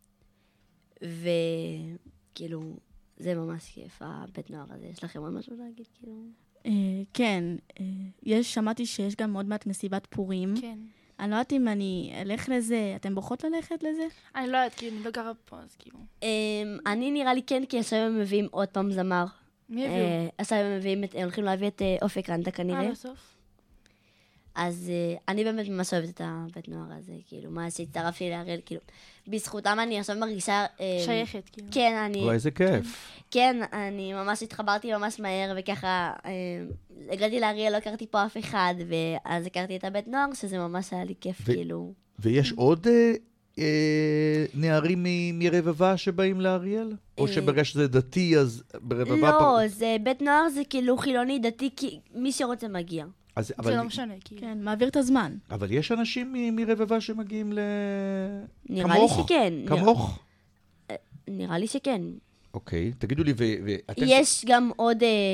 S5: וכאילו, זה ממש כיף, הבית נוער הזה. יש לכם עוד משהו להגיד, כאילו?
S3: כן, שמעתי שיש גם עוד מעט מסיבת פורים.
S7: כן.
S3: אני לא יודעת אם אני אלך לזה, אתם בוחרות ללכת לזה?
S7: אני לא יודעת, כאילו, אני לא גרה פה, אז כאילו.
S5: אני נראה לי כן, כי עכשיו הם מביאים עוד פעם זמר.
S7: מי הביאו?
S5: עכשיו הם הולכים להביא את אופק רנדה כנראה.
S7: בסוף?
S5: אז אני באמת ממש אוהבת את הבית נוער הזה, כאילו, מה שהצטרפתי להראל, כאילו, בזכותם אני עכשיו מרגישה...
S7: שייכת, כאילו.
S5: כן, אני...
S8: וואי, איזה כיף.
S5: כן, אני ממש התחברתי ממש מהר, וככה, הגעתי להראל, לא הכרתי פה אף אחד, ואז הכרתי את הבית נוער, שזה ממש היה לי כיף, כאילו.
S8: ויש עוד נערים מרבבה שבאים לאריאל? או שברגע שזה דתי, אז ברבבה...
S5: לא, זה בית נוער, זה כאילו חילוני דתי, כי מי שרוצה מגיע.
S7: זה לא משנה, כאילו.
S3: כן, מעביר את הזמן.
S8: אבל יש אנשים מרבבה שמגיעים
S5: נראה לי שכן.
S8: כמוך?
S5: נראה לי שכן.
S8: אוקיי, תגידו לי, ואתם...
S5: יש גם עוד,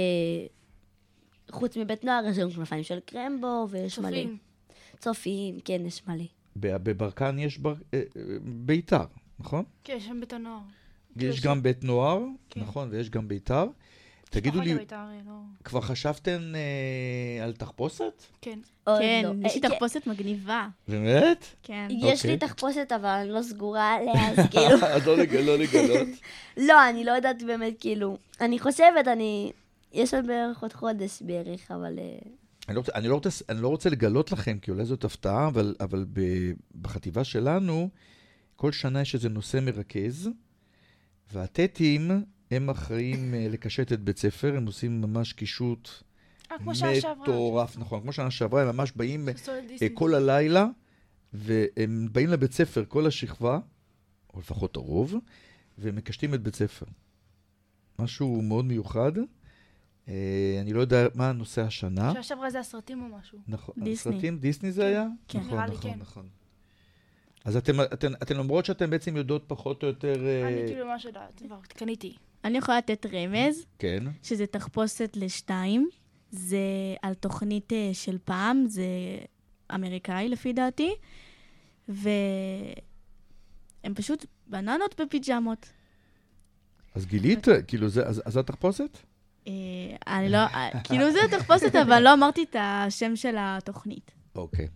S5: חוץ מבית נוער, יש גם כנפיים של קרמבו, ויש מלא. צופים, כן, יש מלא.
S8: בברקן יש ביתר, נכון?
S7: כן, יש שם בית הנוער.
S8: יש גם בית נוער, נכון, ויש גם ביתר. תגידו לי, כבר חשבתם על תחפושת?
S7: כן.
S3: כן, יש לי תחפושת מגניבה.
S8: באמת?
S3: כן.
S5: יש לי תחפושת, אבל אני לא סגורה עליה, אז כאילו...
S8: אז לא לגלות.
S5: לא, אני לא יודעת באמת, כאילו... אני חושבת, יש עוד בערך עוד חודש בערך, אבל...
S8: אני לא רוצה לגלות לכם, כי אולי זאת הפתעה, אבל בחטיבה שלנו, כל שנה יש איזה נושא מרכז, והטטים... הם אחראים לקשט את בית ספר, הם עושים ממש קישוט מטורף, נכון, כמו שנה שעברה, הם ממש באים כל הלילה, והם באים לבית ספר, כל השכבה, או לפחות הרוב, ומקשטים את בית ספר. משהו מאוד מיוחד, אני לא יודע מה הנושא השנה.
S7: שנה שעברה זה הסרטים או משהו.
S8: נכון, הסרטים, דיסני זה היה?
S7: כן, נראה לי כן.
S8: נכון. אז אתם למרות שאתם בעצם יודעות פחות או יותר...
S7: אני כאילו ממש יודעת, קניתי.
S3: אני יכולה לתת רמז,
S8: כן.
S3: שזה תחפושת לשתיים, זה על תוכנית של פעם, זה אמריקאי לפי דעתי, והם פשוט בננות בפיג'מות.
S8: אז גילית? כאילו זה התחפושת?
S3: אני לא, כאילו זה התחפושת, אבל לא אמרתי את השם של התוכנית.
S8: אוקיי.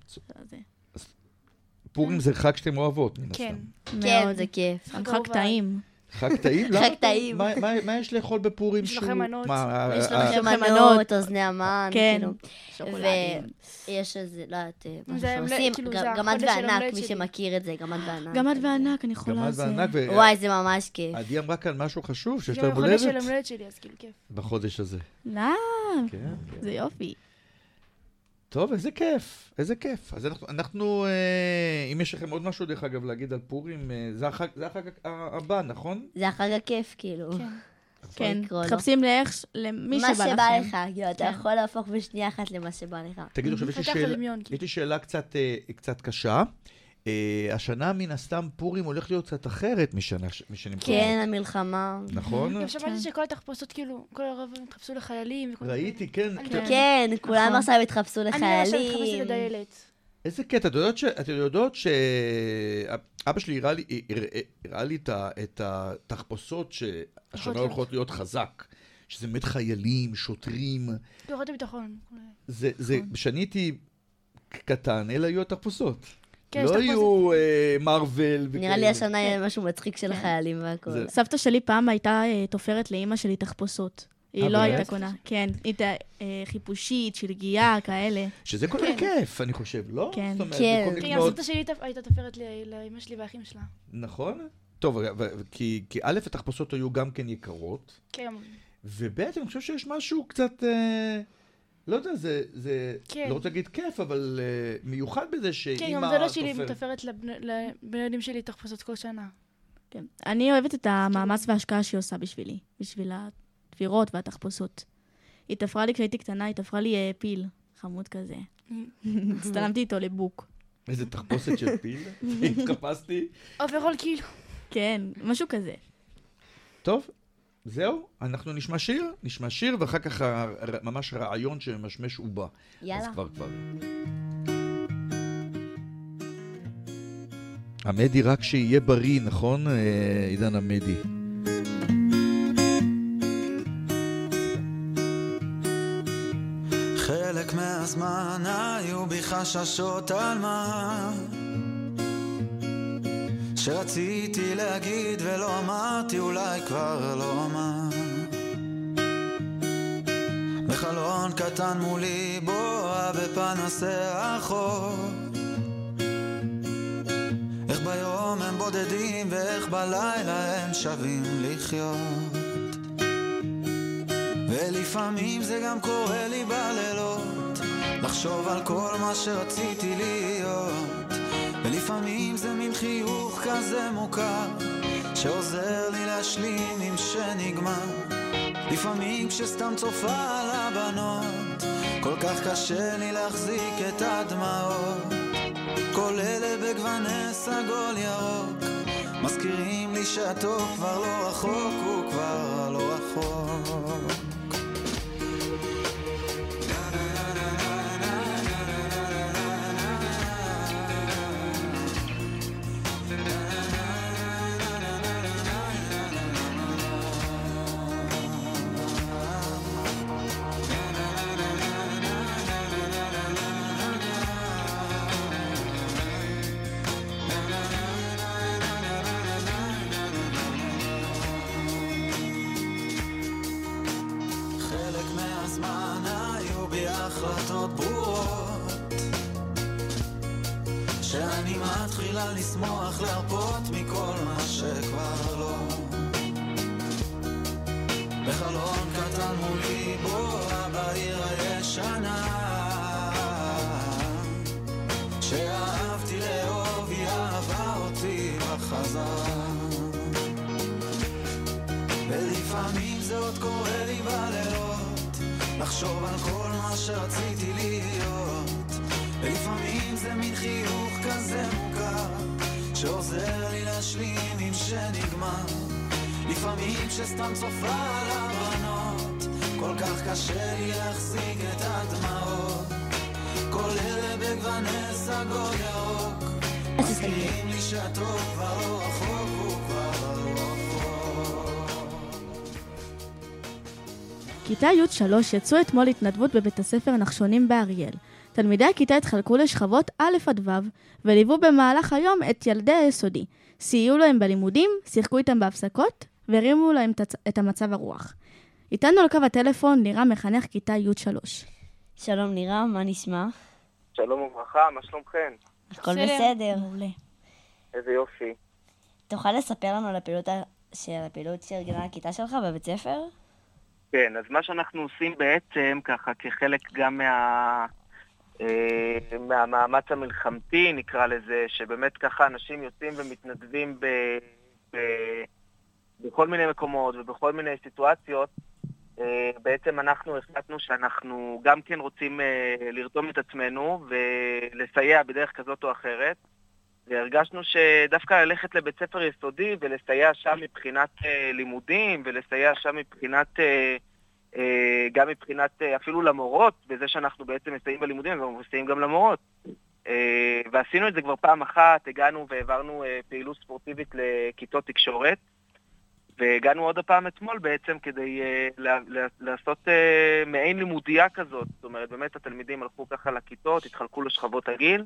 S8: פורים זה חג שאתם אוהבות, מן הסתם.
S5: כן, זה כיף.
S3: חג טעים.
S8: חג טעים?
S5: חג טעים.
S8: מה יש לאכול בפורים?
S7: יש לכם מנות.
S5: יש לכם מנות, אוזני המן,
S3: כן.
S5: ויש איזה, לא יודעת, מה שעושים, גמד וענק, מי שמכיר את זה, גמד וענק.
S3: גמד וענק, אני יכולה על זה.
S5: וואי, זה ממש כיף.
S8: עדי אמרה כאן משהו חשוב, שיש לה
S7: גם
S8: הולדת.
S7: החודש של המולדת שלי, אז כאילו כיף.
S8: בחודש הזה.
S3: לא, זה יופי.
S8: טוב, איזה כיף, איזה כיף. אז אנחנו, אם יש לכם עוד משהו, דרך אגב, להגיד על פורים, זה החג הבא, נכון?
S5: זה החג הכיף, כאילו.
S3: כן, תחפשים למי שבא לכם.
S5: מה שבא לך, אתה יכול להפוך בשנייה אחת למה שבא לך.
S8: תגידו, יש לי שאלה קצת קשה. השנה מן הסתם פורים הולך להיות קצת אחרת משנים קודמות.
S5: כן, המלחמה.
S8: נכון?
S7: גם שמעתי שכל התחפושות, כאילו, כל הרב התחפשו לחיילים.
S8: ראיתי, כן.
S5: כן, כולם עכשיו התחפשו לחיילים.
S7: אני למשל התחפשתי לדיילת.
S8: איזה קטע, אתם יודעות שאבא שלי הראה לי את התחפושות שהשנה הולכות להיות חזק. שזה באמת חיילים, שוטרים.
S7: כוחות הביטחון.
S8: כשאני הייתי קטן, אלה היו התחפושות. לא היו מרוול.
S5: נראה לי השנה היה משהו מצחיק של החיילים והכל.
S3: סבתא שלי פעם הייתה תופרת לאמא שלי תחפושות. היא לא הייתה קונה. כן, הייתה חיפושית, שלגיה, כאלה.
S8: שזה כל כך כיף, אני חושב, לא?
S3: כן.
S7: כן, סבתא שלי הייתה תופרת לאמא שלי והאחים שלה.
S8: נכון. טוב, כי א', התחפושות היו גם כן יקרות.
S7: כן.
S8: וב', אני חושב שיש משהו קצת... לא יודע, זה לא רוצה להגיד כיף, אבל מיוחד בזה שאמא תופרת.
S7: כן, גם דודה שלי מתופרת לבנדים שלי תחפושות כל שנה.
S3: כן. אני אוהבת את המאמץ וההשקעה שהיא עושה בשבילי, בשביל התפירות והתחפושות. היא תפרה לי כשהייתי קטנה, היא תפרה לי פיל, חמוד כזה. הצטלמתי איתו לבוק.
S8: איזה תחפושת של פיל? התחפשתי.
S7: אוברול כאילו.
S3: כן, משהו כזה.
S8: טוב. זהו, אנחנו נשמע שיר, ואחר כך ממש רעיון שמשמש ובא.
S5: יאללה.
S8: אז כבר. עמדי רק שיהיה בריא, נכון, עידן עמדי?
S2: חלק מהזמן היו בי חששות על מה שרציתי להגיד ולא אמרתי, אולי כבר לא אמר. בחלון קטן מולי בואה בפנסי החור, איך ביום הם בודדים ואיך בלילה הם שווים לחיות. ולפעמים זה גם קורה לי בלילות, לחשוב על כל מה שרציתי להיות. ולפעמים זה מין חיוך כזה מוכר שעוזר לי להשלים עם שנגמר. לפעמים כשסתם צופה על הבנות כל כך קשה לי להחזיק את הדמעות. כל אלה בגווני סגול ירוק מזכירים לי שהטוב כבר לא רחוק, הוא כבר לא רחוק. החלטות ברורות שאני מתחילה לשמוח להרפות מכל מה שכבר לא. בחלון קטן מולי בואה בעיר הישנה שאהבתי לאהוב, היא אהבה אותי בחזרה. ולפעמים זה עוד קורה לי בלילות לחשוב על כל מה שרציתי להיות. ולפעמים זה מין חיוך כזה מוכר שעוזר לי להשלים עם שנגמר. לפעמים שסתם צופה על הבנות כל כך קשה לי להחזיק את הדמעות. כל אלה בגווני סגול ירוק מזכירים לי שהטוב כבר לא רחוק, הוא כבר לא רחוק.
S3: כיתה י' 3 יצאו אתמול התנדבות בבית הספר נחשונים באריאל. תלמידי הכיתה התחלקו לשכבות א' עד ו' וליוו במהלך היום את ילדי היסודי. סייעו להם בלימודים, שיחקו איתם בהפסקות והרימו להם את המצב הרוח. איתנו על קו הטלפון נירה, מחנך כיתה י' 3.
S5: שלום נירה, מה נשמע?
S11: שלום וברכה, מה שלומכם?
S5: הכל בסדר. מעולה.
S11: איזה יופי.
S5: תוכל לספר לנו על הפעילות שארגנה הכיתה שלך בבית ספר?
S11: כן, אז מה שאנחנו עושים בעצם ככה כחלק גם מהמאמץ המלחמתי נקרא לזה, שבאמת ככה אנשים יוצאים ומתנדבים בכל מיני מקומות ובכל מיני סיטואציות. בעצם אנחנו החלטנו שאנחנו גם כן רוצים לרתום את עצמנו ולסייע בדרך כזאת או אחרת, והרגשנו שדווקא ללכת לבית ספר יסודי ולסייע שם מבחינת לימודים ולסייע שם מבחינת גם מבחינת אפילו למורות, בזה שאנחנו בעצם מסייעים בלימודים ומסייעים גם למורות. ועשינו את זה כבר פעם אחת, הגענו והעברנו פעילות ספורטיבית לכיתות תקשורת, והגענו עוד הפעם אתמול בעצם כדי לעשות מעין לימודייה כזאת. זאת אומרת, באמת התלמידים הלכו ככה לכיתות, התחלקו לשכבות הגיל,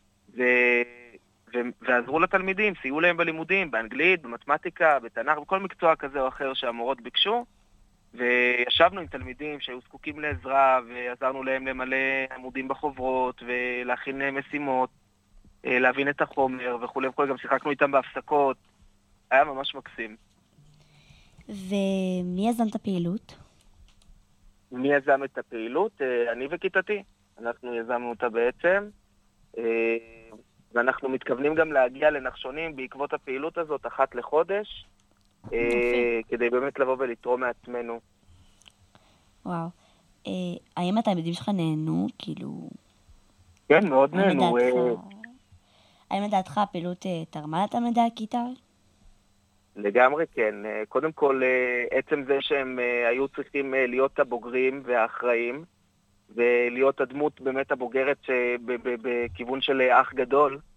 S11: ועזרו לתלמידים, סייעו להם בלימודים, באנגלית, במתמטיקה, בתנ"ך, בכל מקצוע כזה או אחר שהמורות ביקשו, וישבנו עם תלמידים שהיו זקוקים לעזרה, ועזרנו להם למלא עמודים בחוברות, ולהכין משימות, להבין את החומר וכו' וכו', גם שיחקנו איתם בהפסקות, היה ממש מקסים.
S5: ומי יזם את הפעילות?
S11: מי יזם את הפעילות? אני וכיתתי. אנחנו יזמנו אותה בעצם, ואנחנו מתכוונים גם להגיע לנחשונים בעקבות הפעילות הזאת אחת לחודש, כדי באמת לבוא ולתרום מעצמנו.
S5: וואו. האם התלמידים שלך נהנו? כאילו...
S11: כן, מאוד נהנו.
S5: האם לדעתך הפעילות תרמה לתלמידי הכיתה?
S11: לגמרי כן. קודם כל, עצם זה שהם היו צריכים להיות הבוגרים והאחראים, ולהיות הדמות באמת הבוגרת בכיוון של אח גדול,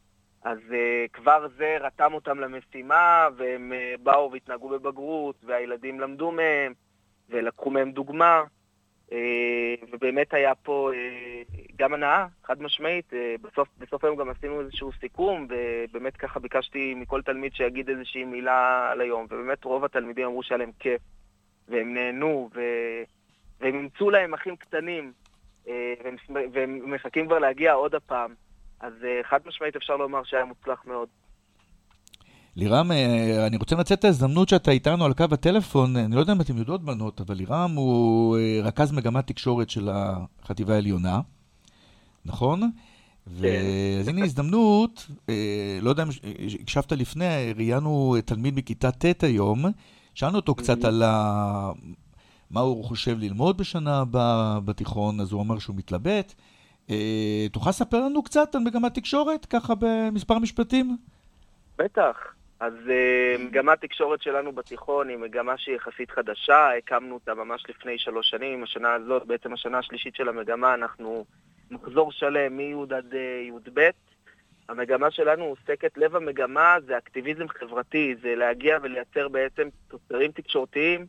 S11: אז כבר זה רתם אותם למשימה, והם באו והתנהגו בבגרות, והילדים למדו מהם, ולקחו מהם דוגמה, ובאמת היה פה גם הנאה, חד משמעית. בסוף היום גם עשינו איזשהו סיכום, ובאמת ככה ביקשתי מכל תלמיד שיגיד איזושהי מילה על היום, ובאמת רוב התלמידים אמרו שהיה להם כיף, והם נהנו, והם ימצאו להם אחים קטנים, והם מחכים כבר להגיע עוד הפעם. אז חד משמעית אפשר לומר שהיה מוצלח מאוד.
S8: לירם, אני רוצה לנצל את ההזדמנות שאתה איתנו על קו הטלפון. אני לא יודע אם אתם יודעות בנות, אבל לירם הוא רכז מגמת תקשורת של החטיבה העליונה, נכון? אז הנה הזדמנות, לא יודע אם הקשבת לפני, ראיינו תלמיד מכיתה ט' היום, שאלנו אותו קצת על מה הוא חושב ללמוד בשנה הבאה בתיכון, אז הוא אומר שהוא מתלבט. תוכל לספר לנו קצת על מגמת תקשורת, ככה במספר משפטים?
S11: בטח. אז מגמת תקשורת שלנו בתיכון היא מגמה שהיא יחסית חדשה, הקמנו אותה ממש לפני 3 שנים, השנה הזאת, בעצם השנה השלישית של המגמה, אנחנו מחזור שלם מי' עד י"ב. המגמה שלנו עוסקת, לב המגמה זה אקטיביזם חברתי, זה להגיע ולייצר בעצם תוצרים תקשורתיים,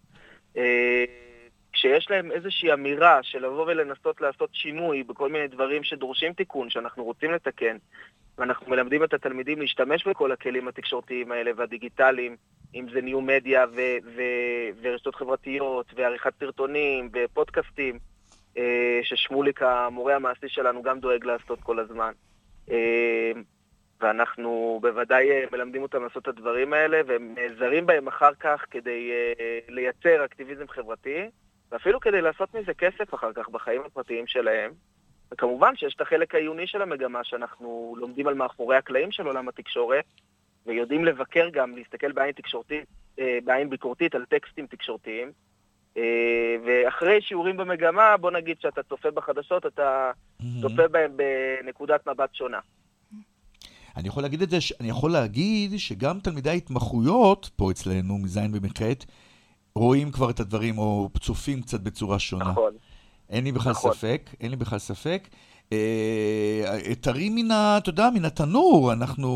S11: כשיש להם איזושהי אמירה של לבוא ולנסות לעשות שינוי בכל מיני דברים שדורשים תיקון, שאנחנו רוצים לתקן, ואנחנו מלמדים את התלמידים להשתמש בכל הכלים התקשורתיים האלה והדיגיטליים, אם זה ניו מדיה ורשתות חברתיות ועריכת סרטונים ופודקאסטים, ששמוליק המורה המעשי שלנו גם דואג לעשות כל הזמן. ואנחנו בוודאי מלמדים אותם לעשות את הדברים האלה, והם נעזרים בהם אחר כך כדי לייצר אקטיביזם חברתי, ואפילו כדי לעשות מזה כסף אחר כך בחיים הפרטיים שלהם. וכמובן שיש את החלק העיוני של המגמה, שאנחנו לומדים על מאחורי הקלעים של עולם התקשורת, ויודעים לבקר גם, להסתכל בעין ביקורתית על טקסטים תקשורתיים. ואחרי שיעורים במגמה, בוא נגיד שאתה צופה בחדשות, אתה צופה בהם בנקודת מבט שונה.
S8: אני יכול להגיד שגם תלמידי ההתמחויות פה אצלנו, מזין ומחט, רואים כבר את הדברים, או צופים קצת בצורה שונה.
S11: נכון.
S8: אין לי בכלל ספק. תראי מן התנור,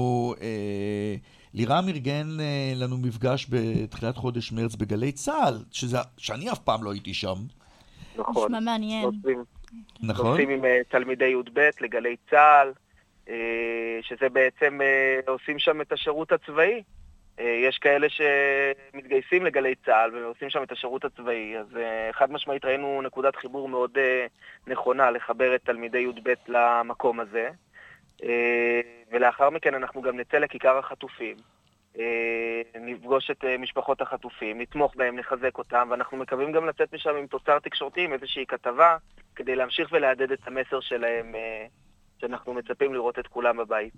S8: לירם ארגן לנו מפגש בתחילת חודש מרץ בגלי צהל, שאני אף פעם לא הייתי שם.
S11: נכון.
S3: נשמע מעניין.
S11: נוסעים עם תלמידי י"ב לגלי צהל, שזה בעצם עושים שם את השירות הצבאי. יש כאלה שמתגייסים לגלי צהל ועושים שם את השירות הצבאי, אז חד משמעית ראינו נקודת חיבור מאוד נכונה לחבר את תלמידי י"ב למקום הזה, ולאחר מכן אנחנו גם נצא לכיכר החטופים, נפגוש את משפחות החטופים, נתמוך בהם, נחזק אותם, ואנחנו מקווים גם לצאת משם עם תוצר תקשורתי, עם איזושהי כתבה, כדי להמשיך ולהדד את המסר שלהם, שאנחנו מצפים לראות את כולם בבית.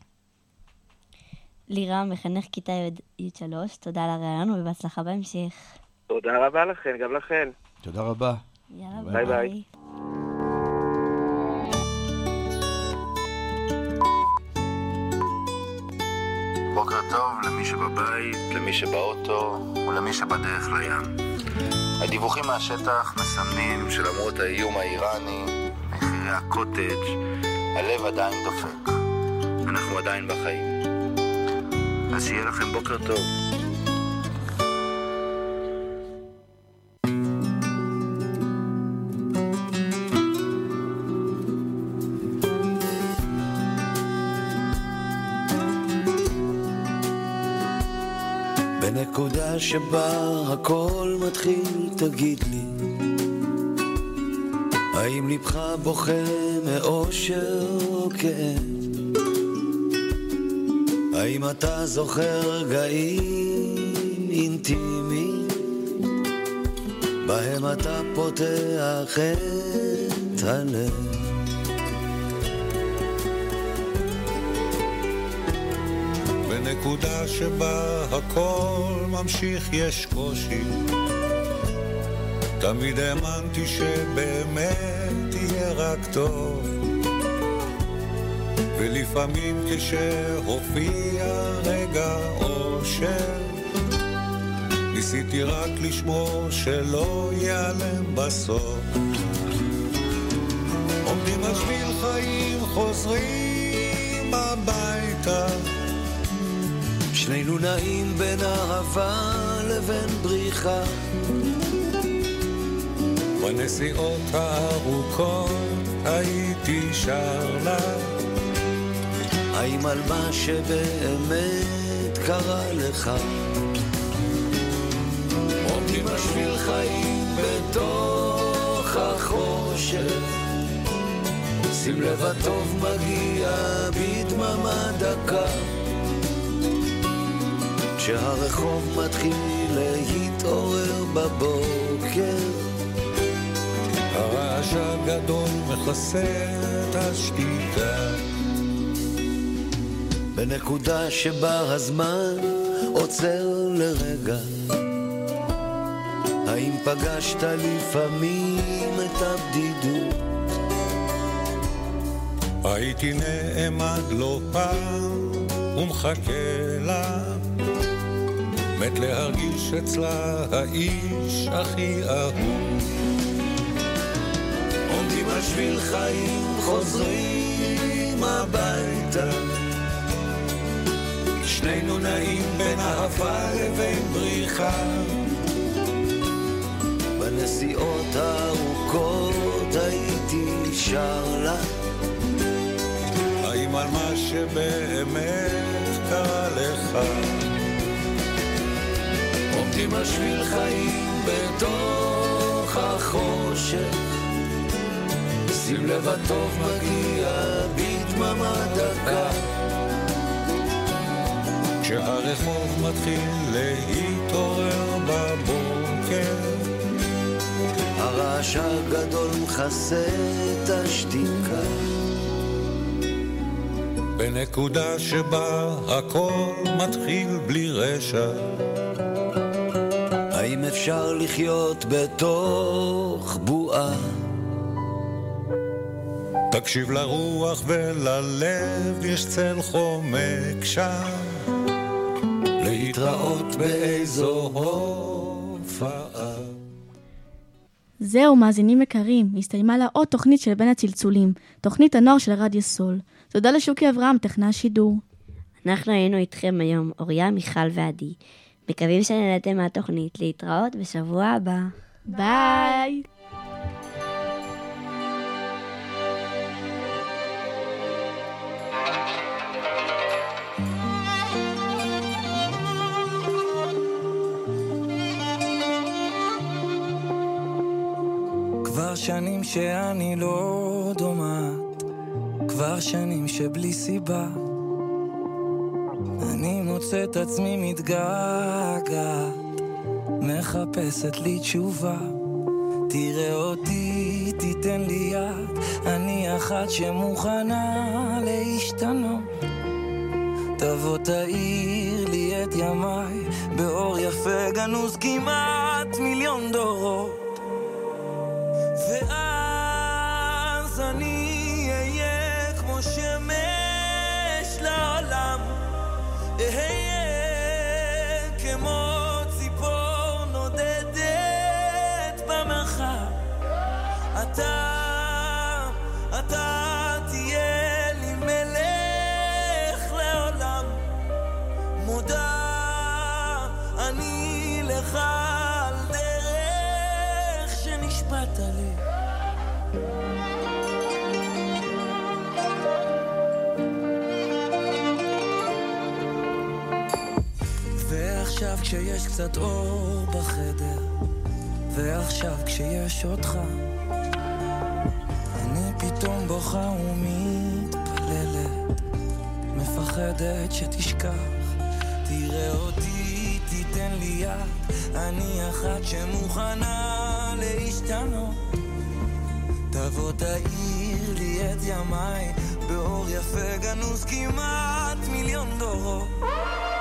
S5: לירם, מחנך כיתה י'3, תודה על הרעיון ובהצלחה בהמשך.
S11: תודה רבה לכן, גם לכן.
S8: תודה רבה.
S5: יאללה,
S11: ביי ביי.
S12: בוקר טוב למי שבבית, למי שבאוטו ולמי שבדרך לים. הדיווחים מהשטח מסמנים שלמרות האיום האיראני, מחירי הקוטג', הלב עדיין דופק. אנחנו עדיין בחיים. אז שיהיה לכם בוקר טוב.
S2: בנקודה שבה הכל מתחיל תגיד לי, האם לבך בוכה מאושר או כאב? האם אתה זוכר רגעים אינטימיים בהם אתה פותח את הלב?
S13: בנקודה שבה הכל ממשיך יש קושי, תמיד האמנתי שבאמת יהיה רק טוב, ולפעמים כשהופיע רגע אושר, ניסיתי רק לשמור שלא ייעלם בסוף. עומדים על שביל חיים חוזרים הביתה,
S2: שנינו נעים בין אהבה לבין בריחה.
S13: בנסיעות הארוכות הייתי שר לה,
S2: האם על מה שבאמת קרה לך? עומדים בשביל חיים בתוך החושך, שים לב הטוב מגיע בדממה דקה, כשהרחוב מתחיל להתעורר בבוקר,
S13: הרעש הגדול מכסה את השתיקה.
S2: בנקודה שבה הזמן עוצר לרגע, האם פגשת לפעמים את הבדידות?
S13: הייתי נעמד לא פעם ומחכה לה, מת להרגיש אצלה האיש הכי אהוב.
S2: עומדים על שביל חיים חוזרים הביתה, שנינו נעים בין אהבה לבין בריחה. בנסיעות הארוכות הייתי שר לה,
S13: האם על מה שבאמת קרה לך?
S2: עומדים על שביל חיים בתוך החושך, שים לב הטוב מגיע בדממה דקה,
S13: כשהרחוב מתחיל להתעורר בבוקר,
S2: הרעש הגדול מכסה את השתיקה.
S13: בנקודה שבה הכל מתחיל בלי רשע,
S2: האם אפשר לחיות בתוך בועה?
S13: תקשיב לרוח וללב, יש צל חומק שם, להתראות באיזו הופעה.
S3: זהו, מאזינים יקרים, הסתיימה לה עוד תוכנית של בין הצלצולים, תוכנית הנוער של רדיו סול. תודה לשוקי אברהם, טכנאי השידור.
S5: אנחנו היינו איתכם היום, אוריה, מיכל ועדי. מקווים שנהנתם מהתוכנית. להתראות בשבוע הבא.
S3: ביי.
S2: כבר שנים שאני לא דומעת, כבר שנים שבלי סיבה אני מוצא את עצמי מתגעגעת, מחפשת לי תשובה. תראה אותי, תיתן לי יד, אני אחת שמוכנה להשתנות. תבוא תאיר לי את ימיי באור יפה גנוז כמעט מיליון דורות, ואז אני אהיה כמו שמש לעולם, אהיה כמו ציפור נודדת במרחב. אתה תהיה לי מלך לעולם, מודה אני לך על דרך שנשפט לי. ועכשיו כשיש קצת אור בחדר, ועכשיו כשיש אותך, אני פתאום בוכה ומתפללת, מפחדת שתשכח. תראה אותי, תיתן לי יד, אני אחת שמוכנה להשתנות. תבוא תאיר לי את ימיי באור יפה גנוז כמעט מיליון דורות,